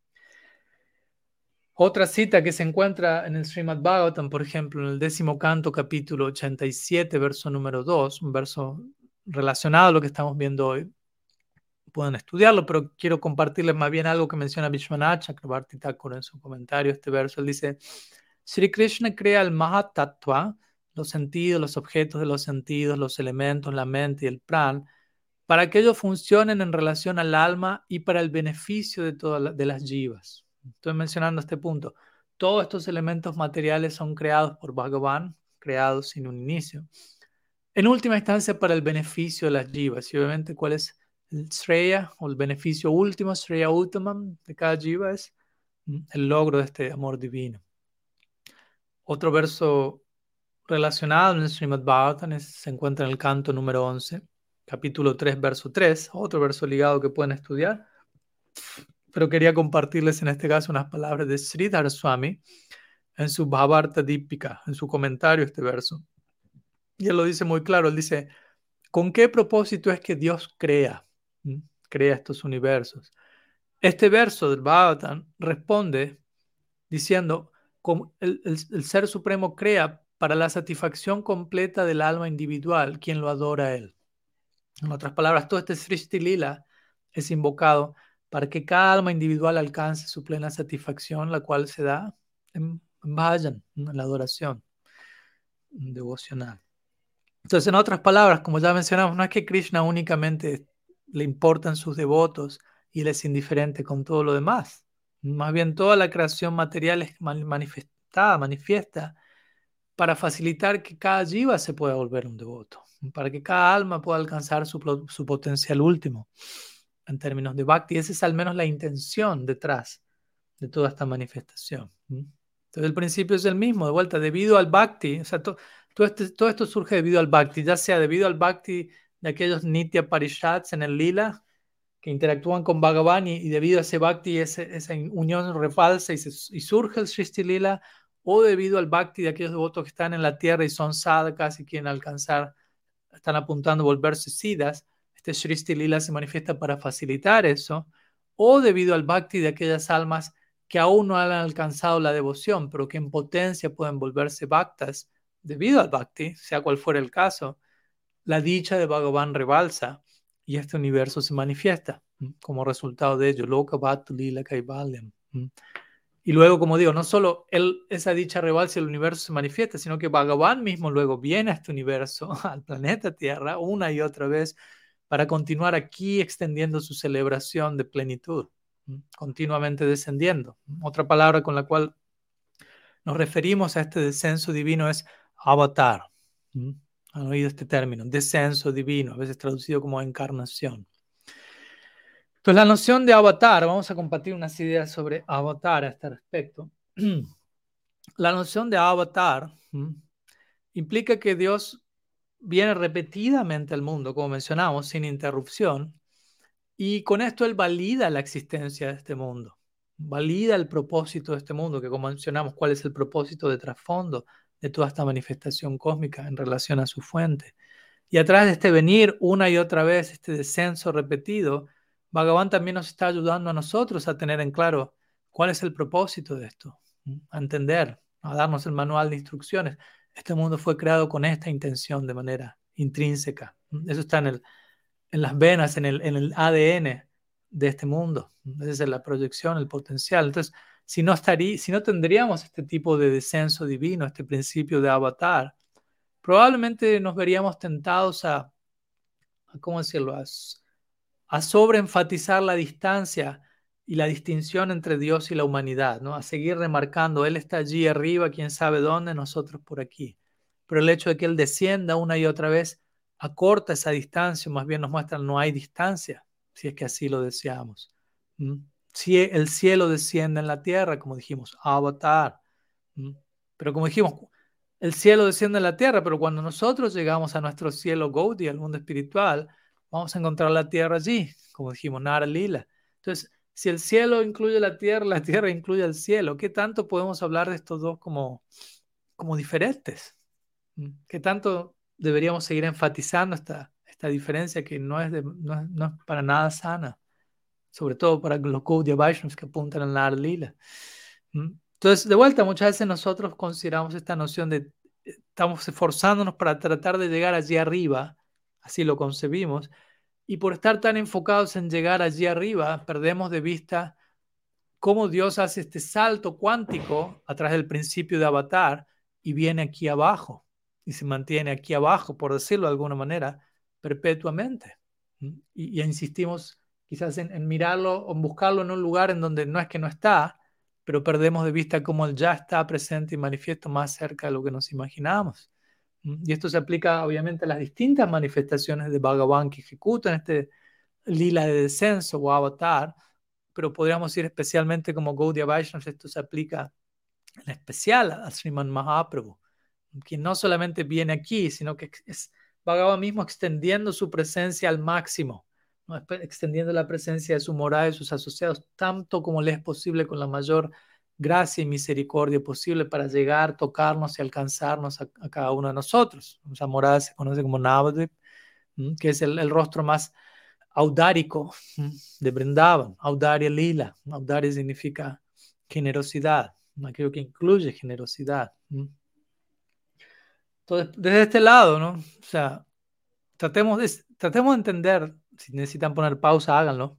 Otra cita que se encuentra en el Srimad Bhagavatam, por ejemplo, en el décimo canto, capítulo ochenta y siete, verso número dos, un verso relacionado a lo que estamos viendo hoy. Pueden estudiarlo, pero quiero compartirles más bien algo que menciona Vishwanath Chakrabarti Thakur en su comentario. Este verso, él dice, Sri Krishna crea el Mahatattva, los sentidos, los objetos de los sentidos, los elementos, la mente y el pran, para que ellos funcionen en relación al alma y para el beneficio de todas la, de las jivas. Estoy mencionando este punto. Todos estos elementos materiales son creados por Bhagavan, creados sin un inicio. En última instancia, para el beneficio de las jivas. Y obviamente, ¿cuál es el Shreya o el beneficio último, Shreya Uttamam de cada jiva? Es el logro de este amor divino. Otro verso relacionado en el Srimad Bhagavatam es, se encuentra en el canto número once, capítulo tres, verso tres, otro verso ligado que pueden estudiar. Pero quería compartirles en este caso unas palabras de Sridhar Swami en su Bhavarta Deepika, en su comentario a este verso. Y él lo dice muy claro, él dice, ¿con qué propósito es que Dios crea? ¿Mm? Crea estos universos. Este verso del Bhagavatam responde diciendo, como el, el, el Ser Supremo crea para la satisfacción completa del alma individual, quien lo adora a él. En otras palabras, todo este Srishti Lila es invocado para que cada alma individual alcance su plena satisfacción, la cual se da en, en bhajan, en la adoración devocional. Entonces, en otras palabras, como ya mencionamos, no es que Krishna únicamente le importan sus devotos y él es indiferente con todo lo demás. Más bien, toda la creación material es manifestada, manifiesta, para facilitar que cada jiva se pueda volver un devoto, para que cada alma pueda alcanzar su, su potencial último en términos de bhakti. Esa es al menos la intención detrás de toda esta manifestación. Entonces el principio es el mismo, de vuelta, debido al bhakti, o sea, to, todo, este, todo esto surge debido al bhakti, ya sea debido al bhakti de aquellos nitya parishats en el lila, que interactúan con Bhagavan, y, y debido a ese bhakti, ese, esa unión refalsa, y, se, y surge el Srishti Lila, o debido al bhakti de aquellos devotos que están en la tierra y son sadhakas y quieren alcanzar, están apuntando a volverse siddhas, este Srishti Lila se manifiesta para facilitar eso, o debido al bhakti de aquellas almas que aún no han alcanzado la devoción, pero que en potencia pueden volverse bhaktas, debido al bhakti, sea cual fuera el caso, la dicha de Bhagavan rebalsa y este universo se manifiesta como resultado de ello. Loka Bhattu Lila Kaivalyam. Y luego, como digo, no solo él, esa dicha rebalsa y el universo se manifiesta, sino que Bhagavan mismo luego viene a este universo, al planeta Tierra, una y otra vez, para continuar aquí extendiendo su celebración de plenitud, continuamente descendiendo. Otra palabra con la cual nos referimos a este descenso divino es avatar. Han oído este término, descenso divino, a veces traducido como encarnación. Entonces, la noción de avatar, vamos a compartir unas ideas sobre avatar a este respecto. La noción de avatar ¿m? implica que Dios viene repetidamente al mundo, como mencionamos, sin interrupción, y con esto Él valida la existencia de este mundo, valida el propósito de este mundo, que como mencionamos, cuál es el propósito de trasfondo de toda esta manifestación cósmica en relación a su fuente. Y a través de este venir una y otra vez, este descenso repetido, Bhagavan también nos está ayudando a nosotros a tener en claro cuál es el propósito de esto, a entender, a darnos el manual de instrucciones. Este mundo fue creado con esta intención de manera intrínseca. Eso está en, el, en las venas, en el, en el A D N de este mundo. Esa es la proyección, el potencial. Entonces, si no, estaría, si no tendríamos este tipo de descenso divino, este principio de avatar, probablemente nos veríamos tentados a, a ¿cómo decirlo?, a, a sobreenfatizar la distancia y la distinción entre Dios y la humanidad, ¿no? A seguir remarcando, Él está allí arriba, quién sabe dónde, nosotros por aquí. Pero el hecho de que Él descienda una y otra vez acorta esa distancia, más bien nos muestra que no hay distancia, si es que así lo deseamos. ¿Mm? Si el cielo desciende en la tierra, como dijimos, avatar, ¿Mm? Pero como dijimos, el cielo desciende a la tierra, pero cuando nosotros llegamos a nuestro cielo Gaudiya, al mundo espiritual, vamos a encontrar la tierra allí, como dijimos, Nara Lila. Entonces, si el cielo incluye la tierra, la tierra incluye el cielo, ¿qué tanto podemos hablar de estos dos como, como diferentes? ¿Mm? ¿Qué tanto deberíamos seguir enfatizando esta, esta diferencia que no es, de, no es, no es para nada sana? Sobre todo para los Gaudiya Vaishnavas que apuntan al Nara Lila. ¿Mm? Entonces, de vuelta, muchas veces nosotros consideramos esta noción de eh, estamos esforzándonos para tratar de llegar allí arriba, así lo concebimos, y por estar tan enfocados en llegar allí arriba, perdemos de vista cómo Dios hace este salto cuántico a través del principio de Avatar y viene aquí abajo y se mantiene aquí abajo, por decirlo de alguna manera, perpetuamente. ¿Mm? Y, ya insistimos quizás en, en mirarlo o en buscarlo en un lugar en donde no es que no está, pero perdemos de vista cómo él ya está presente y manifiesto más cerca de lo que nos imaginamos. ¿Mm? Y esto se aplica obviamente a las distintas manifestaciones de Bhagavan que ejecutan este lila de descenso o avatar, pero podríamos decir especialmente como Gaudiya Vaishnavas, esto se aplica en especial a Sriman Mahaprabhu, quien no solamente viene aquí, sino que es Bhagavan mismo extendiendo su presencia al máximo, ¿no? Extendiendo la presencia de su morada y sus asociados tanto como le es posible con la mayor gracia y misericordia posible para llegar, tocarnos y alcanzarnos a, a cada uno de nosotros. Esa morada se conoce como Navadvip, que es el, el rostro más audárico de Vrindavan, Audaria Lila. Audaria significa generosidad, aquello que incluye generosidad. Entonces, desde este lado, ¿no? O sea, tratemos de, tratemos de entender, si necesitan poner pausa, háganlo,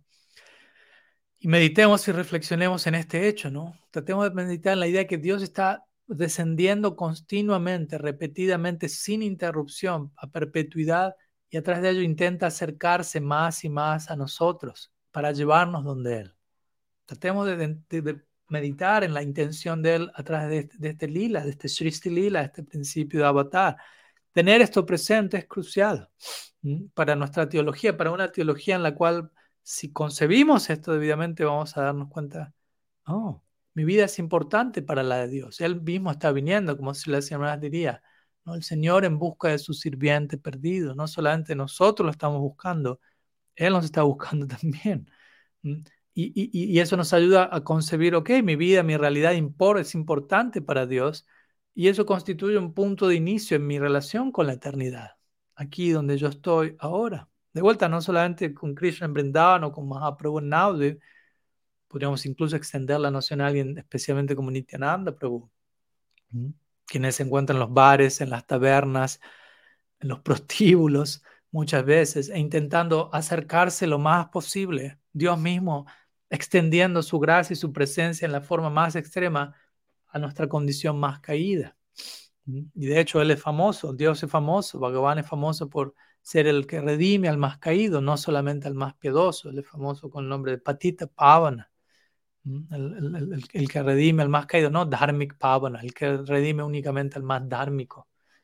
y meditemos y reflexionemos en este hecho, ¿no? Tratemos de meditar en la idea que Dios está descendiendo continuamente, repetidamente, sin interrupción, a perpetuidad, y a través de ello intenta acercarse más y más a nosotros para llevarnos donde Él. Tratemos de, de, de meditar en la intención de Él a través de este, de este lila, de este Srishti lila, de este principio de avatar. Tener esto presente es crucial, ¿m? Para nuestra teología, para una teología en la cual si concebimos esto debidamente vamos a darnos cuenta, oh, mi vida es importante para la de Dios. Él mismo está viniendo, como si la señora diría, ¿no? El Señor en busca de su sirviente perdido. No solamente nosotros lo estamos buscando, Él nos está buscando también. ¿M? Y, y, y eso nos ayuda a concebir, ok, mi vida, mi realidad impor, es importante para Dios. Y eso constituye un punto de inicio en mi relación con la eternidad, aquí donde yo estoy ahora. De vuelta, no solamente con Krishna en Vrindavan o con Mahaprabhu en Navadvip, podríamos incluso extender la noción a alguien especialmente como Nityananda Prabhu, ¿Mm? Quienes se encuentran en los bares, en las tabernas, en los prostíbulos, muchas veces, e intentando acercarse lo más posible, Dios mismo extendiendo su gracia y su presencia en la forma más extrema a nuestra condición más caída. Y de hecho Él es famoso, Dios es famoso, Bhagavan es famoso por ser el que redime al más caído, no solamente al más piadoso. Él es famoso con el nombre de Patita Pavana, el, el, el, el que redime al más caído, no Dharmik Pavana, el que redime únicamente al más dármico.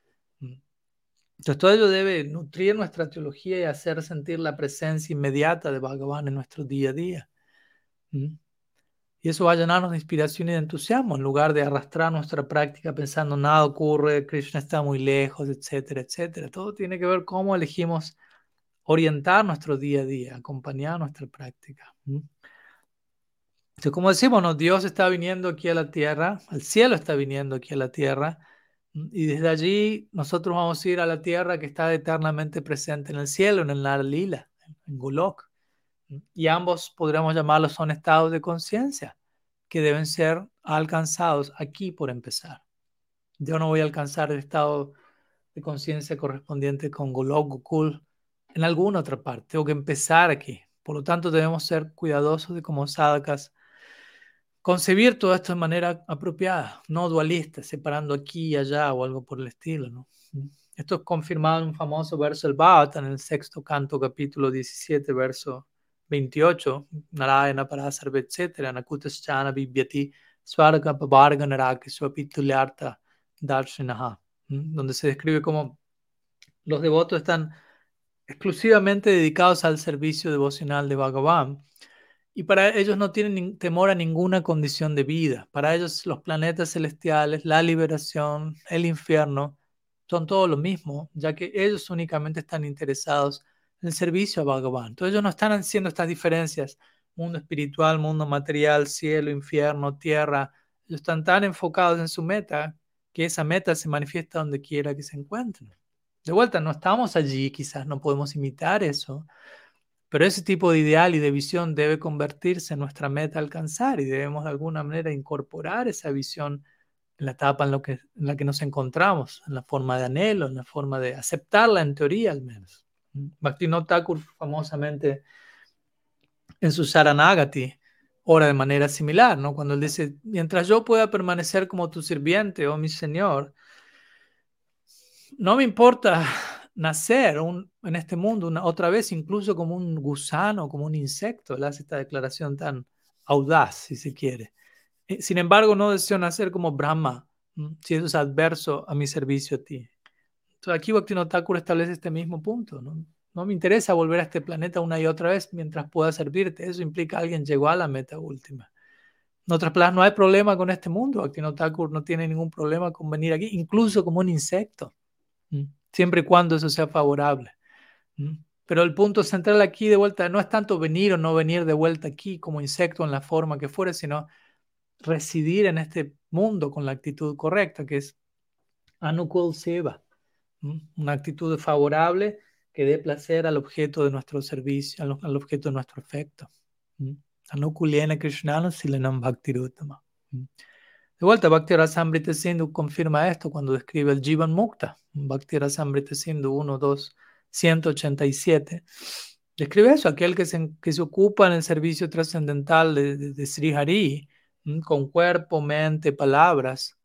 Entonces todo ello debe nutrir nuestra teología y hacer sentir la presencia inmediata de Bhagavan en nuestro día a día. Y eso va a llenarnos de inspiración y de entusiasmo en lugar de arrastrar nuestra práctica pensando nada ocurre, Krishna está muy lejos, etcétera, etcétera. Todo tiene que ver cómo elegimos orientar nuestro día a día, acompañar nuestra práctica. Entonces, como decimos, ¿no? Dios está viniendo aquí a la tierra, el cielo está viniendo aquí a la tierra, y desde allí nosotros vamos a ir a la tierra que está eternamente presente en el cielo, en el Nara Lila, en Golok. Y ambos podríamos llamarlos son estados de conciencia que deben ser alcanzados aquí por empezar. Yo no voy a alcanzar el estado de conciencia correspondiente con Golok, Gokul en alguna otra parte. Tengo que empezar aquí. Por lo tanto, debemos ser cuidadosos de como sadhakas concebir todo esto de manera apropiada, no dualista, separando aquí y allá o algo por el estilo, ¿no? Esto es confirmado en un famoso verso del Bhagavatam, en el sexto canto, capítulo diecisiete, verso veintiocho, Narayana Parasarva, etcétera, Nakutaschana Vibhyati, Swarga Pavarga Naraki Swapitulyartha Darshinaha, donde se describe cómo los devotos están exclusivamente dedicados al servicio devocional de Bhagavan Y para ellos no tienen temor a ninguna condición de vida. Para ellos los planetas celestiales, la liberación, el infierno, son todo lo mismo, ya que ellos únicamente están interesados en el servicio a Bhagavan. Entonces ellos no están haciendo estas diferencias, mundo espiritual, mundo material, cielo, infierno, tierra. Ellos están tan enfocados en su meta que esa meta se manifiesta donde quiera que se encuentren. De vuelta, no estamos allí, quizás no podemos imitar eso, pero ese tipo de ideal y de visión debe convertirse en nuestra meta a alcanzar y debemos de alguna manera incorporar esa visión en la etapa en, lo que, en la que nos encontramos, en la forma de anhelo, en la forma de aceptarla en teoría al menos. Bhaktivinoda Thakur famosamente en su Saranagati ora de manera similar, ¿no? Cuando él dice, mientras yo pueda permanecer como tu sirviente, oh mi Señor, no me importa nacer un, en este mundo una, otra vez, incluso como un gusano, como un insecto. Él hace esta declaración tan audaz, si se quiere. Sin embargo, no deseo nacer como Brahma, ¿m? Si eso es adverso a mi servicio a ti. Entonces, aquí Bhaktivinoda Thakur establece este mismo punto, ¿no? No me interesa volver a este planeta una y otra vez mientras pueda servirte. Eso implica que alguien llegó a la meta última. En otras palabras, no hay problema con este mundo. Bhaktivinoda Thakur no tiene ningún problema con venir aquí, incluso como un insecto, siempre y cuando eso sea favorable. Pero el punto central aquí de vuelta no es tanto venir o no venir de vuelta aquí como insecto en la forma que fuere, sino residir en este mundo con la actitud correcta, que es Anukul Seva, una actitud favorable que dé placer al objeto de nuestro servicio, al, al objeto de nuestro afecto. Anukulena Krishnana Silanam Bhaktiruttama. De vuelta, Bhakti Rasamrita Sindhu confirma esto cuando describe el Jivan Mukta. Bhakti Rasamrita Sindhu uno, dos, ciento ochenta y siete. Describe eso, aquel que se, que se ocupa en el servicio trascendental de, de, de Sri Hari, con cuerpo, mente, palabras.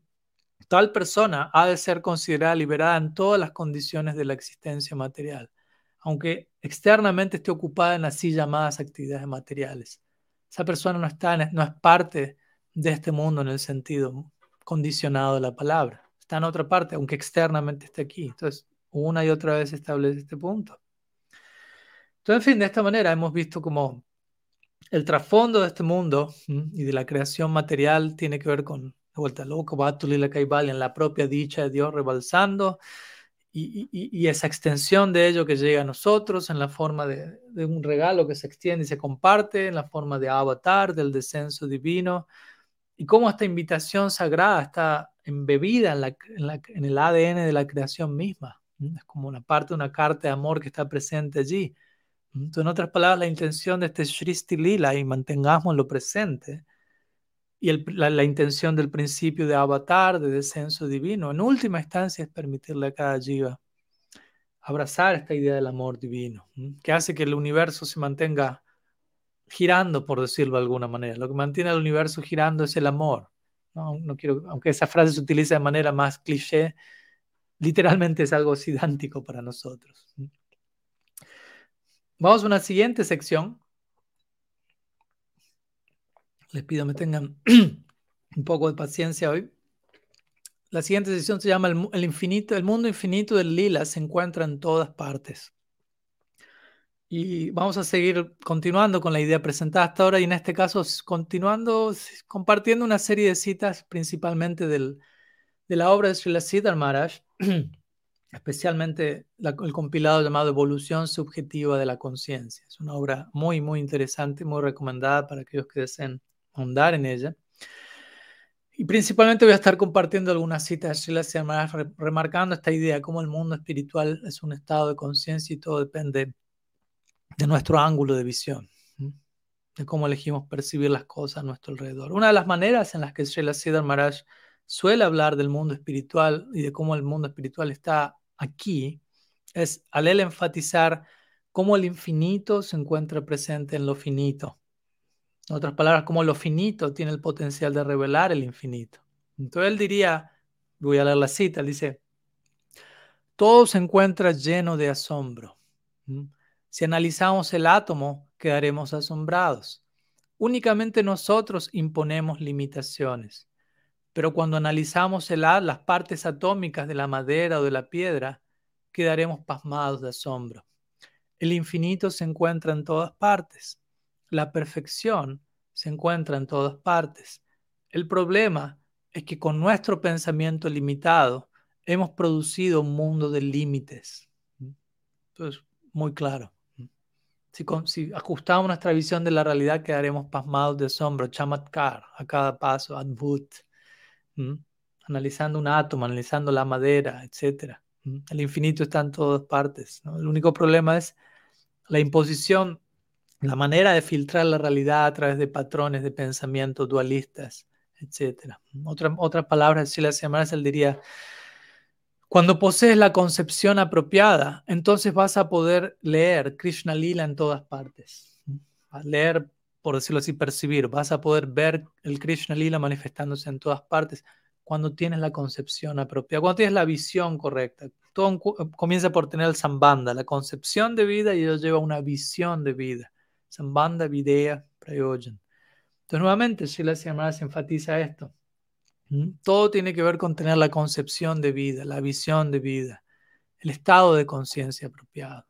Tal persona ha de ser considerada liberada en todas las condiciones de la existencia material, aunque externamente esté ocupada en así llamadas actividades materiales. Esa persona no, está en, no es parte de este mundo en el sentido condicionado de la palabra. Está en otra parte, aunque externamente esté aquí. Entonces, una y otra vez se establece este punto. Entonces, en fin, de esta manera hemos visto cómo el trasfondo de este mundo y de la creación material tiene que ver con, de vuelta, loco, Vatulila Kaivalya, en la propia dicha de Dios rebalsando y, y, y esa extensión de ello que llega a nosotros en la forma de, de un regalo que se extiende y se comparte, en la forma de avatar, del descenso divino, y cómo esta invitación sagrada está embebida en, la, en, la, en el A D N de la creación misma. Es como una parte de una carta de amor que está presente allí. Entonces, en otras palabras, la intención de este Shristi Lila, y mantengámoslo presente, y el, la, la intención del principio de avatar, de descenso divino, en última instancia es permitirle a cada jiva abrazar esta idea del amor divino, ¿sí? Que hace que el universo se mantenga girando, por decirlo de alguna manera. Lo que mantiene al universo girando es el amor. No, no quiero, aunque esa frase se utiliza de manera más cliché, literalmente es algo idéntico para nosotros. Vamos a una siguiente sección. Les pido me tengan un poco de paciencia hoy. La siguiente sección se llama el, el infinito, el mundo infinito del lila se encuentra en todas partes. Y vamos a seguir continuando con la idea presentada hasta ahora y en este caso continuando, compartiendo una serie de citas principalmente del, de la obra de Srila Sridhar Maharaj, especialmente la, el compilado llamado Evolución Subjetiva de la Conciencia. Es una obra muy, muy interesante, muy recomendada para aquellos que deseen ahondar en ella. Y principalmente voy a estar compartiendo algunas citas de Srila Sridhar Maharaj, re, remarcando esta idea, cómo el mundo espiritual es un estado de conciencia y todo depende de nuestro ángulo de visión, de cómo elegimos percibir las cosas a nuestro alrededor. Una de las maneras en las que Srila Sridhar Maharaj suele hablar del mundo espiritual y de cómo el mundo espiritual está aquí es al él enfatizar cómo el infinito se encuentra presente en lo finito. En otras palabras, cómo lo finito tiene el potencial de revelar el infinito. Entonces él diría, voy a leer la cita, él dice, todo se encuentra lleno de asombro. Si analizamos el átomo, quedaremos asombrados. Únicamente nosotros imponemos limitaciones. Pero cuando analizamos el, las partes atómicas de la madera o de la piedra, quedaremos pasmados de asombro. El infinito se encuentra en todas partes. La perfección se encuentra en todas partes. El problema es que con nuestro pensamiento limitado hemos producido un mundo de límites. Entonces, muy claro. Si, con, si ajustamos nuestra visión de la realidad, quedaremos pasmados de asombro, chamatkar, a cada paso, adbhut, ¿Mm? analizando un átomo, analizando la madera, etcétera. ¿Mm? El infinito está en todas partes, ¿no? El único problema es la imposición, la manera de filtrar la realidad a través de patrones de pensamiento dualistas, etcétera. Otra, otra palabra, si la semana él diría, cuando posees la concepción apropiada, entonces vas a poder leer Krishna Lila en todas partes. A leer, por decirlo así, percibir. Vas a poder ver el Krishna Lila manifestándose en todas partes cuando tienes la concepción apropiada, cuando tienes la visión correcta. Todo comienza por tener el sambandha, la concepción de vida, y ello lleva a una visión de vida. Sambandha, videya, prayojan. Entonces, nuevamente, Srila Maharaj enfatiza esto. Todo tiene que ver con tener la concepción de vida, la visión de vida, el estado de conciencia apropiado.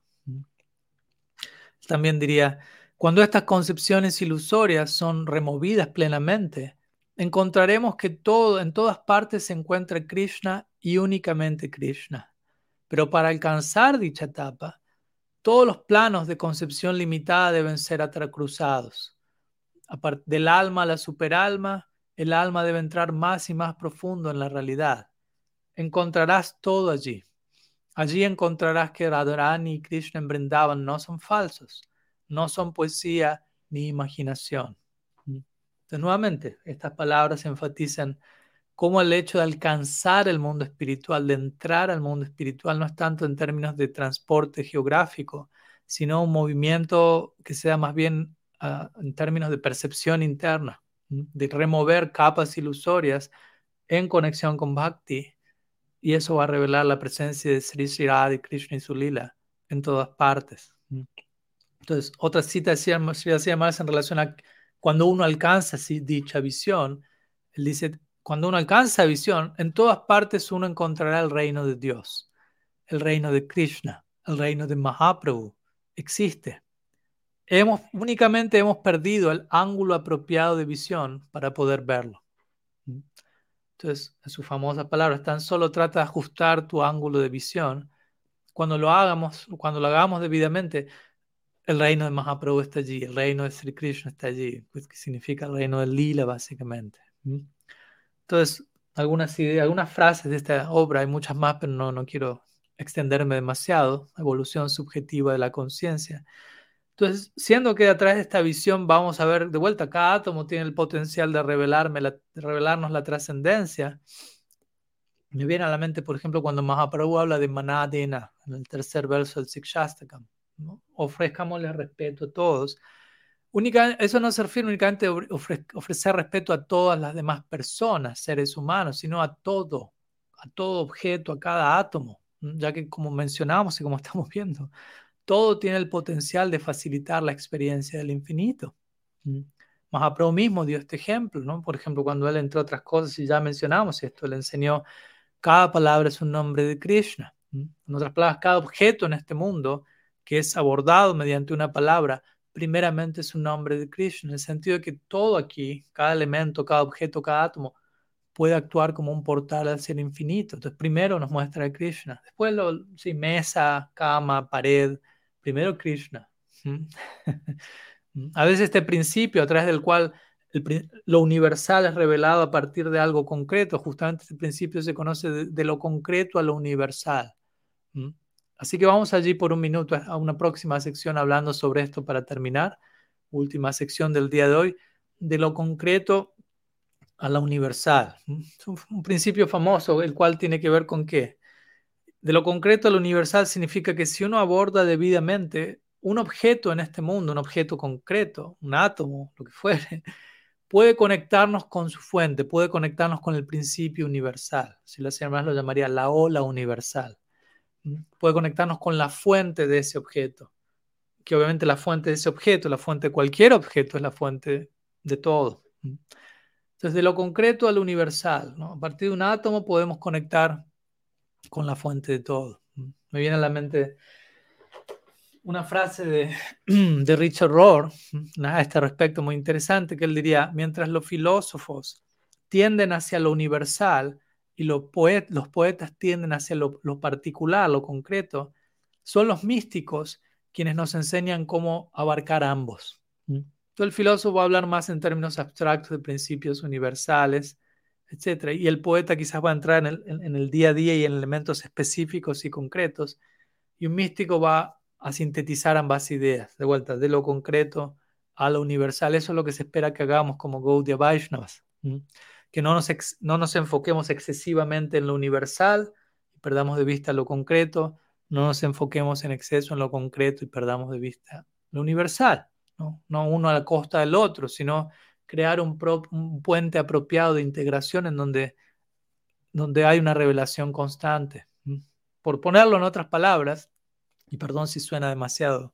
También diría, cuando estas concepciones ilusorias son removidas plenamente, encontraremos que todo, en todas partes se encuentra Krishna y únicamente Krishna. Pero para alcanzar dicha etapa, todos los planos de concepción limitada deben ser atracruzados. Aparte del alma a la superalma, el alma debe entrar más y más profundo en la realidad. Encontrarás todo allí. Allí encontrarás que Radharani y Krishna en Vrindavan no son falsos, no son poesía ni imaginación. Entonces, nuevamente, estas palabras enfatizan cómo el hecho de alcanzar el mundo espiritual, de entrar al mundo espiritual, no es tanto en términos de transporte geográfico, sino un movimiento que sea más bien uh, en términos de percepción interna, de remover capas ilusorias en conexión con Bhakti. Y eso va a revelar la presencia de Sri Sri Radha y Krishna y su lila en todas partes. Entonces, otra cita decía más en relación a cuando uno alcanza ¿sí? dicha visión. Él dice, cuando uno alcanza visión, en todas partes uno encontrará el reino de Dios, el reino de Krishna, el reino de Mahaprabhu. Existe. Hemos, únicamente hemos perdido el ángulo apropiado de visión para poder verlo. Entonces, en sus famosas palabras, tan solo trata de ajustar tu ángulo de visión. Cuando lo hagamos, cuando lo hagamos debidamente, el reino de Mahaprabhu está allí, el reino de Sri Krishna está allí, pues, que significa el reino del Lila, básicamente. Entonces, algunas ideas, algunas frases de esta obra, hay muchas más, pero no, no quiero extenderme demasiado. Evolución subjetiva de la conciencia. Entonces, siendo que a través de esta visión vamos a ver de vuelta, cada átomo tiene el potencial de, revelarme la, de revelarnos la trascendencia. Me viene a la mente, por ejemplo, cuando Mahaprabhu habla de Manadena, en el tercer verso del Sikshastakam, ¿no? Ofrezcámosle respeto a todos. Única, eso no se refiere únicamente a ofre, ofrecer respeto a todas las demás personas, seres humanos, sino a todo, a todo objeto, a cada átomo, ya que como mencionamos y como estamos viendo, todo tiene el potencial de facilitar la experiencia del infinito. Mahaprabhu mismo dio este ejemplo, ¿no? Por ejemplo, cuando él, entre otras cosas, y ya mencionamos esto, le enseñó cada palabra es un nombre de Krishna. En otras palabras, cada objeto en este mundo que es abordado mediante una palabra, primeramente es un nombre de Krishna, en el sentido de que todo aquí, cada elemento, cada objeto, cada átomo, puede actuar como un portal hacia el infinito. Entonces, primero nos muestra a Krishna, después lo, sí, mesa, cama, pared, primero Krishna. A veces este principio a través del cual el, lo universal es revelado a partir de algo concreto, justamente este principio se conoce de, de lo concreto a lo universal. ¿Mm? Así que vamos allí por un minuto a una próxima sección hablando sobre esto para terminar. Última sección del día de hoy, de lo concreto a lo universal. ¿Mm? Es un, un principio famoso, el cual tiene que ver con qué. De lo concreto a lo universal significa que si uno aborda debidamente un objeto en este mundo, un objeto concreto, un átomo, lo que fuere, puede conectarnos con su fuente, puede conectarnos con el principio universal. Si lo hacía más, lo llamaría la ola universal. Puede conectarnos con la fuente de ese objeto, que obviamente la fuente de ese objeto, la fuente de cualquier objeto, es la fuente de todo. Entonces, de lo concreto a lo universal, ¿no? A partir de un átomo podemos conectar con la fuente de todo. Me viene a la mente una frase de, de Richard Rohr a este respecto muy interesante, que él diría: mientras los filósofos tienden hacia lo universal y los, poet los poetas tienden hacia lo, lo particular, lo concreto, son los místicos quienes nos enseñan cómo abarcar ambos. Entonces el filósofo va a hablar más en términos abstractos de principios universales, etcétera, y el poeta quizás va a entrar en el, en, en el día a día y en elementos específicos y concretos, y un místico va a sintetizar ambas ideas, de vuelta, de lo concreto a lo universal. Eso es lo que se espera que hagamos como Gaudiya Vaishnavas, ¿m? Que no nos, ex, no nos enfoquemos excesivamente en lo universal y perdamos de vista lo concreto, no nos enfoquemos en exceso en lo concreto y perdamos de vista lo universal, ¿no? No uno a la costa del otro, sino crear un, pro, un puente apropiado de integración en donde, donde hay una revelación constante. ¿M? Por ponerlo en otras palabras, y perdón si suena demasiado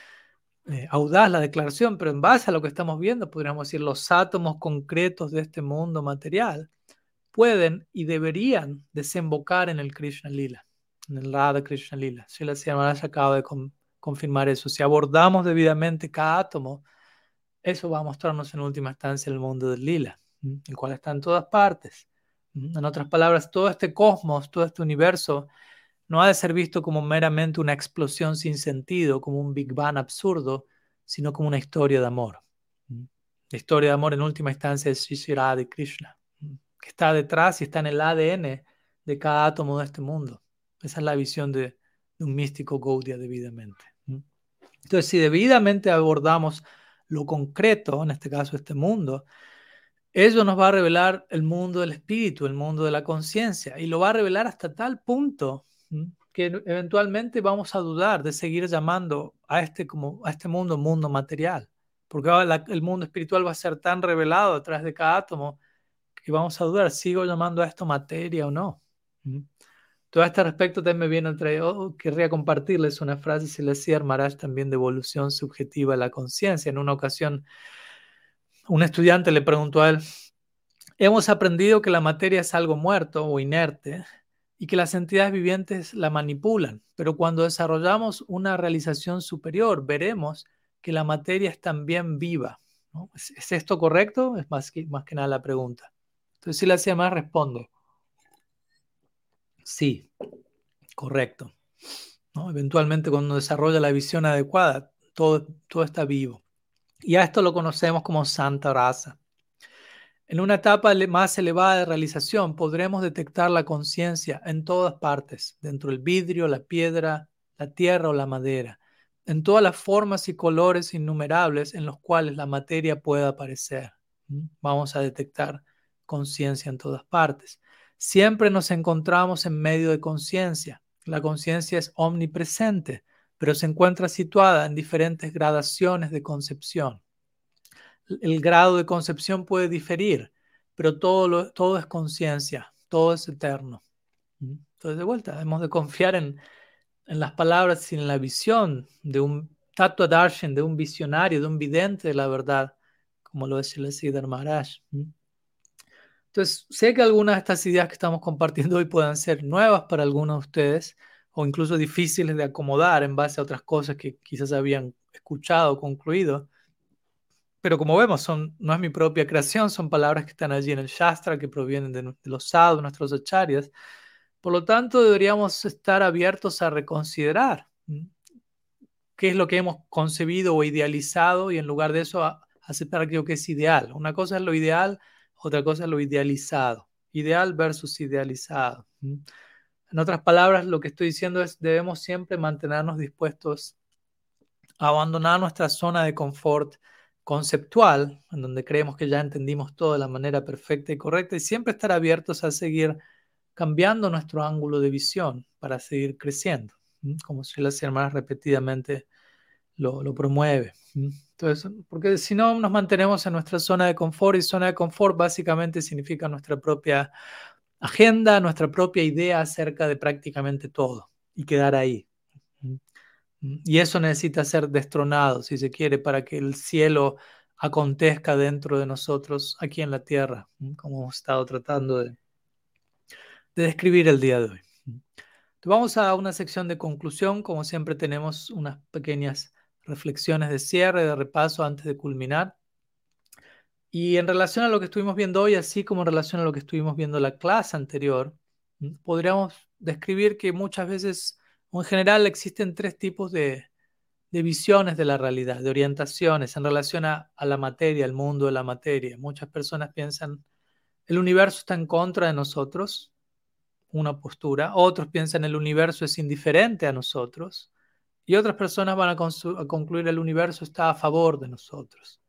eh, audaz la declaración, pero en base a lo que estamos viendo, podríamos decir, los átomos concretos de este mundo material pueden y deberían desembocar en el Krishna Lila, en el Radha Krishna Lila. Srila Sri Maharaj acaba de con, confirmar eso. Si abordamos debidamente cada átomo, eso va a mostrarnos en última instancia el mundo del Lila, el cual está en todas partes. En otras palabras, todo este cosmos, todo este universo, no ha de ser visto como meramente una explosión sin sentido, como un Big Bang absurdo, sino como una historia de amor. La historia de amor en última instancia es Sri Sri Radha y Krishna, que está detrás y está en el A D N de cada átomo de este mundo. Esa es la visión de, de un místico Gaudiya debidamente. Entonces, si debidamente abordamos lo concreto, en este caso este mundo, eso nos va a revelar el mundo del espíritu, el mundo de la conciencia, y lo va a revelar hasta tal punto que eventualmente vamos a dudar de seguir llamando a este, como, a este mundo mundo material, porque la, el mundo espiritual va a ser tan revelado a través de cada átomo que vamos a dudar, ¿sigo llamando a esto materia o no? Todo este respecto también me viene entre, oh, querría compartirles una frase, se le decía Maharaj también de evolución subjetiva de la conciencia. En una ocasión, un estudiante le preguntó a él: hemos aprendido que la materia es algo muerto o inerte y que las entidades vivientes la manipulan, pero cuando desarrollamos una realización superior, veremos que la materia es también viva, ¿no? ¿Es, ¿Es esto correcto? Es más que, más que nada la pregunta. Entonces, si la hacía más, respondo: sí, correcto, ¿no? Eventualmente, cuando desarrolla la visión adecuada, todo, todo está vivo. Y a esto lo conocemos como Santa Rasa. En una etapa más elevada de realización podremos detectar la conciencia en todas partes, dentro del vidrio, la piedra, la tierra o la madera, en todas las formas y colores innumerables en los cuales la materia puede aparecer. Vamos a detectar conciencia en todas partes. Siempre nos encontramos en medio de conciencia. La conciencia es omnipresente, pero se encuentra situada en diferentes gradaciones de concepción. El grado de concepción puede diferir, pero todo, lo, todo es conciencia, todo es eterno. Entonces, de vuelta, hemos de confiar en, en las palabras y en la visión de un Tattva Darshan, de un visionario, de un vidente de la verdad, como lo es el Siddhar Maharaj. Entonces, sé que algunas de estas ideas que estamos compartiendo hoy puedan ser nuevas para algunos de ustedes, o incluso difíciles de acomodar en base a otras cosas que quizás habían escuchado o concluido. Pero como vemos, son, no es mi propia creación, son palabras que están allí en el Shastra, que provienen de, de los sadhus, nuestros acharyas. Por lo tanto, deberíamos estar abiertos a reconsiderar ¿sí? qué es lo que hemos concebido o idealizado y en lugar de eso a, aceptar aquello que es ideal. Una cosa es lo ideal, otra cosa es lo idealizado. Ideal versus idealizado. ¿sí? En otras palabras, lo que estoy diciendo es debemos siempre mantenernos dispuestos a abandonar nuestra zona de confort conceptual, en donde creemos que ya entendimos todo de la manera perfecta y correcta, y siempre estar abiertos a seguir cambiando nuestro ángulo de visión para seguir creciendo, ¿sí? Como Srila Sri Maharaj repetidamente lo, lo promueve. ¿sí? Entonces, porque si no nos mantenemos en nuestra zona de confort, y zona de confort básicamente significa nuestra propia agenda, nuestra propia idea acerca de prácticamente todo, y quedar ahí. ¿sí? Y eso necesita ser destronado, si se quiere, para que el cielo acontezca dentro de nosotros, aquí en la tierra, como hemos estado tratando de, de describir el día de hoy. Vamos a una sección de conclusión. Como siempre, tenemos unas pequeñas reflexiones de cierre, de repaso antes de culminar. Y en relación a lo que estuvimos viendo hoy, así como en relación a lo que estuvimos viendo en la clase anterior, podríamos describir que muchas veces, o en general, existen tres tipos de, de visiones de la realidad, de orientaciones en relación a, a la materia, al mundo de la materia. Muchas personas piensan, el universo está en contra de nosotros, una postura. Otros piensan, el universo es indiferente a nosotros. Y otras personas van a, a concluir, el universo está a favor de nosotros.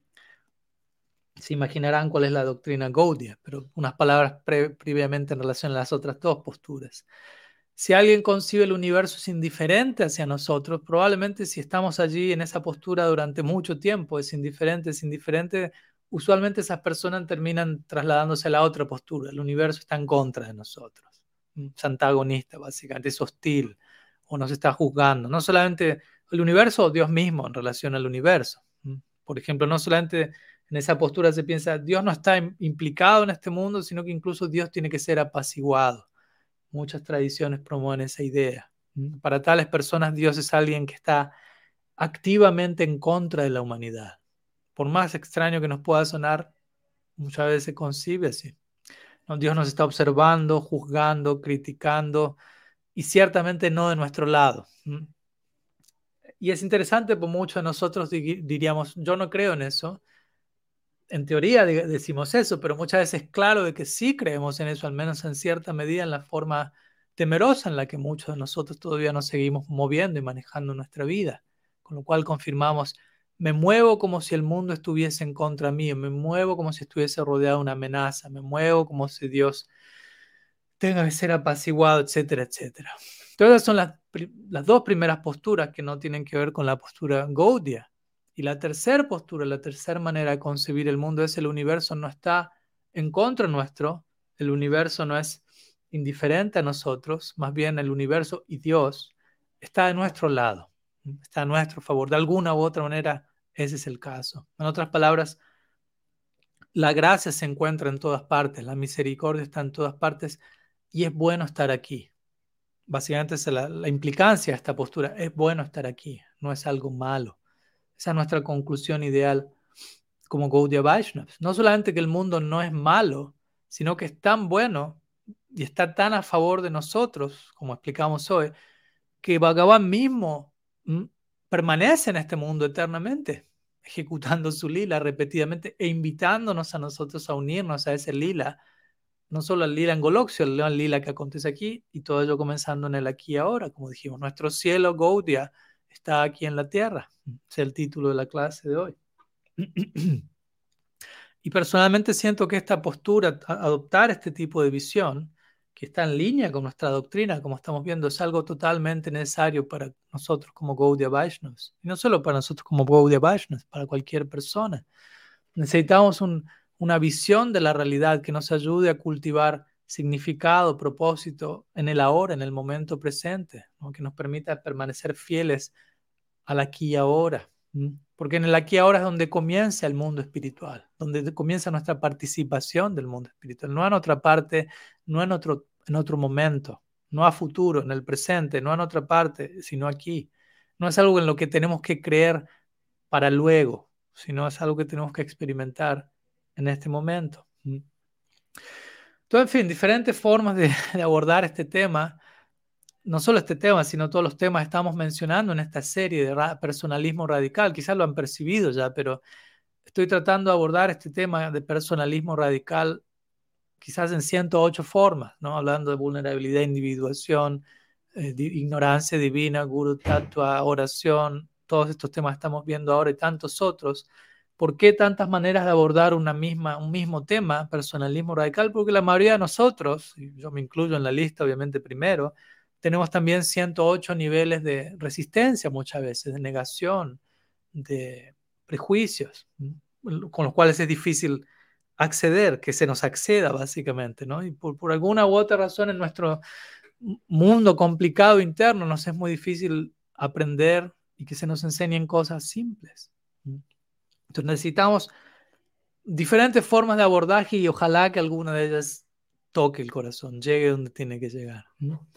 Se imaginarán cuál es la doctrina Gaudiya, pero unas palabras pre previamente en relación a las otras dos posturas. Si alguien concibe el universo es indiferente hacia nosotros, probablemente si estamos allí en esa postura durante mucho tiempo, es indiferente, es indiferente, usualmente esas personas terminan trasladándose a la otra postura. El universo está en contra de nosotros. Es antagonista, básicamente, es hostil o nos está juzgando. No solamente el universo o Dios mismo en relación al universo. Por ejemplo, no solamente en esa postura se piensa, Dios no está implicado en este mundo, sino que incluso Dios tiene que ser apaciguado. Muchas tradiciones promueven esa idea. Para tales personas, Dios es alguien que está activamente en contra de la humanidad. Por más extraño que nos pueda sonar, muchas veces se concibe así. ¿No? Dios nos está observando, juzgando, criticando, y ciertamente no de nuestro lado. Y es interesante, porque muchos de nosotros diríamos, yo no creo en eso. En teoría decimos eso, pero muchas veces claro de que sí creemos en eso, al menos en cierta medida, en la forma temerosa en la que muchos de nosotros todavía nos seguimos moviendo y manejando nuestra vida. Con lo cual confirmamos, me muevo como si el mundo estuviese en contra mío, me muevo como si estuviese rodeado de una amenaza, me muevo como si Dios tenga que ser apaciguado, etcétera, etcétera. Todas son las, las dos primeras posturas que no tienen que ver con la postura Gaudiya. Y la tercera postura, la tercera manera de concebir el mundo es el universo no está en contra nuestro, el universo no es indiferente a nosotros, más bien el universo y Dios está de nuestro lado, está a nuestro favor. De alguna u otra manera, ese es el caso. En otras palabras, la gracia se encuentra en todas partes, la misericordia está en todas partes y es bueno estar aquí. Básicamente es la, la implicancia de esta postura, es bueno estar aquí, no es algo malo. Esa es nuestra conclusión ideal como Gaudiya Vaishnavas. No solamente que el mundo no es malo, sino que es tan bueno y está tan a favor de nosotros, como explicamos hoy, que Bhagavan mismo ¿m? permanece en este mundo eternamente, ejecutando su lila repetidamente e invitándonos a nosotros a unirnos a ese lila, no solo al lila en Goloxia, el lila que acontece aquí, y todo ello comenzando en el aquí y ahora, como dijimos, nuestro cielo Gaudiya está aquí en la tierra. Ese es el título de la clase de hoy. Y personalmente siento que esta postura, adoptar este tipo de visión, que está en línea con nuestra doctrina, como estamos viendo, es algo totalmente necesario para nosotros como Gaudiya Vaishnavas. Y no solo para nosotros como Gaudiya Vaishnavas, para cualquier persona. Necesitamos un, una visión de la realidad que nos ayude a cultivar significado, propósito en el ahora, en el momento presente, ¿no? Que nos permita permanecer fieles al aquí y ahora. ¿Mm? Porque en el aquí y ahora es donde comienza el mundo espiritual, donde comienza nuestra participación del mundo espiritual, no en otra parte, no en otro, en otro momento, no a futuro, en el presente, no en otra parte, sino aquí. No es algo en lo que tenemos que creer para luego, sino es algo que tenemos que experimentar en este momento. ¿Mm? Entonces, en fin, diferentes formas de, de abordar este tema. No solo este tema, sino todos los temas que estamos mencionando en esta serie de ra personalismo radical. Quizás lo han percibido ya, pero estoy tratando de abordar este tema de personalismo radical quizás en ciento ocho formas, ¿no? Hablando de vulnerabilidad, individuación, eh, di ignorancia divina, guru tattva, oración, todos estos temas que estamos viendo ahora y tantos otros. ¿Por qué tantas maneras de abordar una misma, un mismo tema, personalismo radical? Porque la mayoría de nosotros, y yo me incluyo en la lista obviamente primero, tenemos también ciento ocho niveles de resistencia muchas veces, de negación, de prejuicios, con los cuales es difícil acceder, que se nos acceda básicamente, ¿no? Y por, por alguna u otra razón en nuestro mundo complicado interno nos es muy difícil aprender y que se nos enseñen cosas simples. Entonces necesitamos diferentes formas de abordaje y ojalá que alguna de ellas toque el corazón, llegue donde tiene que llegar.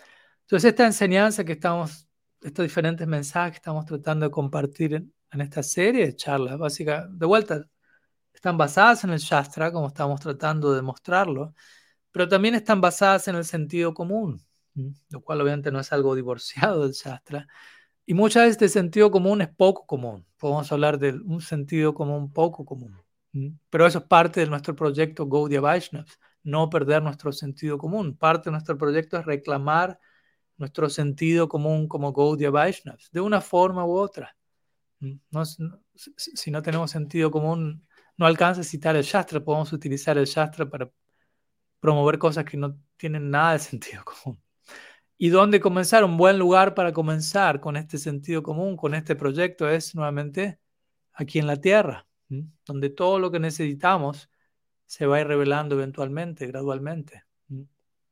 Entonces, esta enseñanza que estamos, estos diferentes mensajes que estamos tratando de compartir en, en esta serie de charlas, básicamente, de vuelta, están basadas en el Shastra, como estamos tratando de demostrarlo, pero también están basadas en el sentido común, ¿m? Lo cual obviamente no es algo divorciado del Shastra. Y muchas veces este sentido común es poco común. Podemos hablar de un sentido común poco común. ¿M? Pero eso es parte de nuestro proyecto Gaudiya Vaishnavas, no perder nuestro sentido común. Parte de nuestro proyecto es reclamar nuestro sentido común como Gaudiya Vaishnavas, de una forma u otra. ¿M? No, no, si, si no tenemos sentido común, no alcanza a citar el Shastra, podemos utilizar el Shastra para promover cosas que no tienen nada de sentido común. ¿Y dónde comenzar? Un buen lugar para comenzar con este sentido común, con este proyecto, es nuevamente aquí en la Tierra, ¿m? Donde todo lo que necesitamos se va a ir revelando eventualmente, gradualmente. ¿M?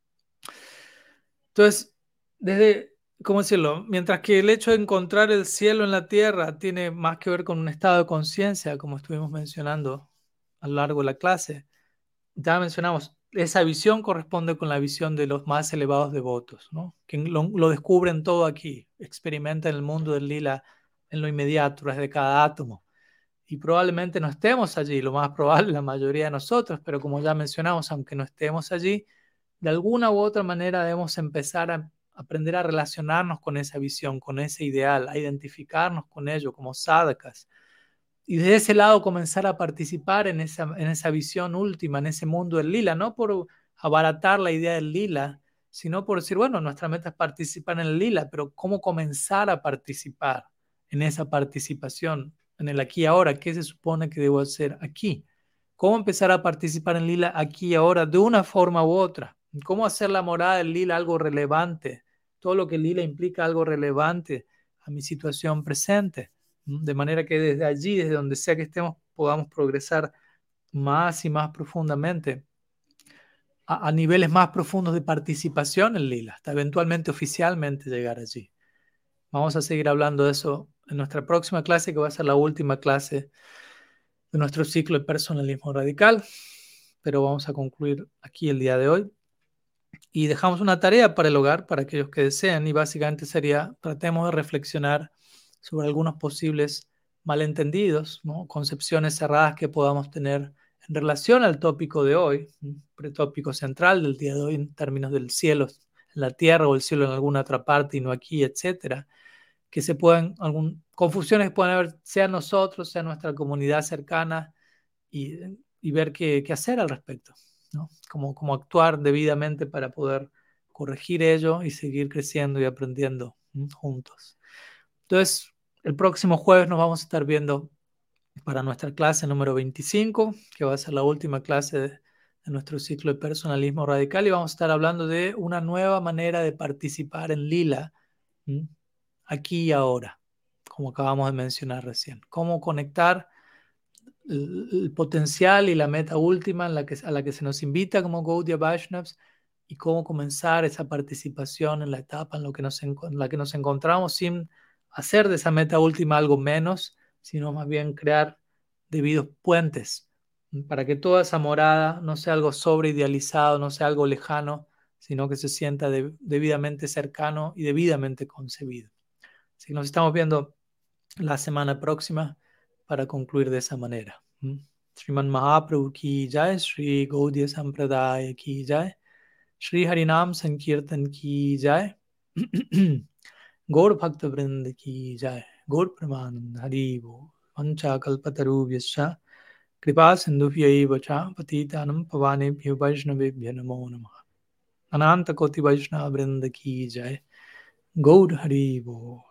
Entonces, desde, ¿cómo decirlo? Mientras que el hecho de encontrar el cielo en la Tierra tiene más que ver con un estado de conciencia, como estuvimos mencionando a lo largo de la clase, ya mencionamos, esa visión corresponde con la visión de los más elevados devotos, ¿no? Que lo, lo descubren todo aquí, experimentan el mundo del lila en lo inmediato, desde cada átomo. Y probablemente no estemos allí, lo más probable la mayoría de nosotros, pero como ya mencionamos, aunque no estemos allí, de alguna u otra manera debemos empezar a aprender a relacionarnos con esa visión, con ese ideal, a identificarnos con ello como sadhakas. Y desde ese lado comenzar a participar en esa, en esa visión última, en ese mundo del lila, no por abaratar la idea del lila, sino por decir, bueno, nuestra meta es participar en el lila, pero ¿cómo comenzar a participar en esa participación, en el aquí y ahora? ¿Qué se supone que debo hacer aquí? ¿Cómo empezar a participar en lila aquí y ahora de una forma u otra? ¿Cómo hacer la morada del lila algo relevante? Todo lo que el lila implica algo relevante a mi situación presente. De manera que desde allí, desde donde sea que estemos, podamos progresar más y más profundamente a, a niveles más profundos de participación en Lila, hasta eventualmente oficialmente llegar allí. Vamos a seguir hablando de eso en nuestra próxima clase, que va a ser la última clase de nuestro ciclo de personalismo radical, pero vamos a concluir aquí el día de hoy. Y dejamos una tarea para el hogar, para aquellos que deseen, y básicamente sería, tratemos de reflexionar sobre algunos posibles malentendidos, ¿no? Concepciones cerradas que podamos tener en relación al tópico de hoy, el tópico central del día de hoy en términos del cielo en la tierra o el cielo en alguna otra parte y no aquí, etcétera, que se puedan, algún, confusiones que puedan haber, sea nosotros, sea nuestra comunidad cercana, y, y ver qué, qué hacer al respecto, ¿no? Cómo, cómo actuar debidamente para poder corregir ello y seguir creciendo y aprendiendo, ¿m? Juntos. Entonces, el próximo jueves nos vamos a estar viendo para nuestra clase número veinticinco, que va a ser la última clase de, de nuestro ciclo de personalismo radical, y vamos a estar hablando de una nueva manera de participar en Lila, ¿m? Aquí y ahora, como acabamos de mencionar recién. Cómo conectar el, el potencial y la meta última en la que, a la que se nos invita como Gaudiya Vaishnavas, y cómo comenzar esa participación en la etapa en, lo que nos, en la que nos encontramos sin hacer de esa meta última algo menos, sino más bien crear debidos puentes para que toda esa morada no sea algo sobreidealizado, no sea algo lejano, sino que se sienta de, debidamente cercano y debidamente concebido. Así que nos estamos viendo la semana próxima para concluir de esa manera. Sriman Mahaprabhu ki jai, Sri Gaudiya Sampradaya ki jai, Sri Harinam Sankirtan ki jai, Gaur Bhakta Vrind ki jai, Gaur Pramanand Hari Bo, Vancha Kalpatarubhyascha, Kripa Sindhubhya cha Patitanam Pavanebhyo Vaishnavebhyo Namo Namaha. Ananta Koti Vaishnava Vrind ki jai, Gaur Hari Bo.